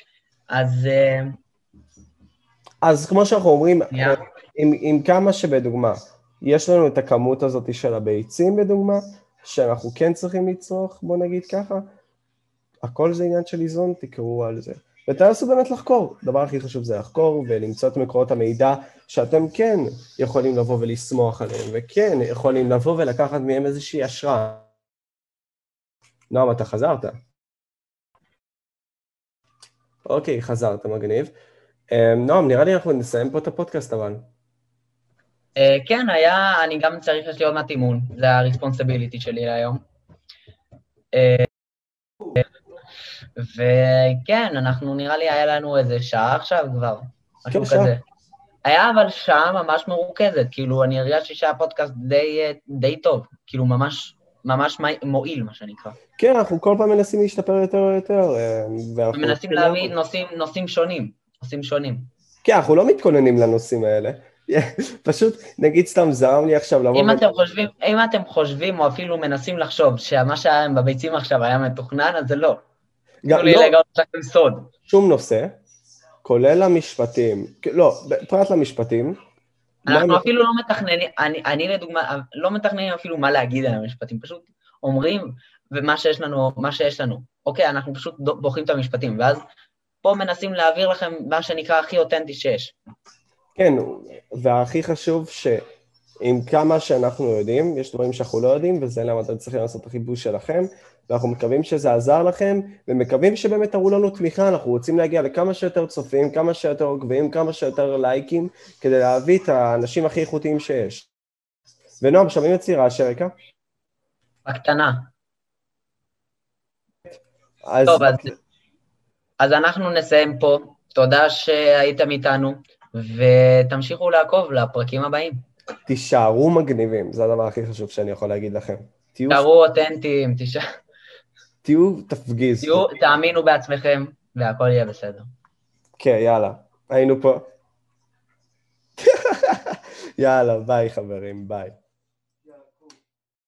אז כמו שאנחנו אומרים, עם כמה שבדוגמה, יש לנו את הכמות הזאת של הביצים בדוגמה, שאנחנו כן צריכים לצרוך, בוא נגיד ככה, הכל זה עניין של איזון, תקראו על זה. ותנסו באמת לחקור, הדבר הכי חשוב זה לחקור ולמצוא את מקורות המידע שאתם כן יכולים לבוא ולסמוך עליהם, וכן יכולים לבוא ולקחת מהם איזושהי השראה. נועם, אתה חזרת? אוקיי, חזרת, מגניב. נועם, נראה לי אנחנו נסיים פה את הפודקאסט אבל. כן, אני גם צריך, יש לי עוד מעט אימון, זה הרספונסיביליטי שלי היום. וכן, נראה לי היה לנו איזה שעה עכשיו כבר, משהו כזה. היה אבל שעה ממש מרוכזת, כאילו אני הרגשתי שהיה פודקאסט די טוב, כאילו ממש מועיל, מה שנקרא. כן, אנחנו כל פעם מנסים להשתפר יותר ויותר. ומנסים להביא נושאים שונים. כן, אנחנו לא מתכוננים לנושאים האלה. פשוט, נגיד סתם זרם לי עכשיו לבוא... אם אתם חושבים או אפילו מנסים לחשוב שמה שהיה בביצים עכשיו היה מתוכנן, אז זה לא. תנו לי לגלות לכם סוד. שום נושא, כולל המשפטים, לא, פרט למשפטים. אנחנו אפילו לא מתכננים, אני לדוגמה, לא מתכננים אפילו מה להגיד על המשפטים, פשוט אומרים ומה שיש לנו. אוקיי, אנחנו פשוט בוחרים את המשפטים, ואז פה מנסים להעביר לכם מה שנקרא הכי אותנטי שיש. כן, והכי חשוב שעם כמה שאנחנו יודעים, יש דברים שאנחנו לא יודעים, וזה למה אתם צריכים לעשות את החיפוש שלכם, ואנחנו מקווים שזה עזר לכם, ומקווים שבאמת תראו לנו תמיכה, אנחנו רוצים להגיע לכמה שיותר צופים, כמה שיותר עוקבים, כמה שיותר לייקים, כדי להביא את האנשים הכי איכותיים שיש. ונועם, שומעים אצלי רעשי רקע? בקטנה. טוב, אז אנחנו נסיים פה, תודה שהייתם איתנו, ותמשיכו לעקוב לפרקים הבאים. תישארו מגניבים, זה הדבר הכי חשוב שאני יכול להגיד לכם. תישארו אותנטיים, תפגיז. תאמינו בעצמכם, והכל יהיה בסדר. כן, יאללה, היינו פה. יאללה, ביי חברים, ביי.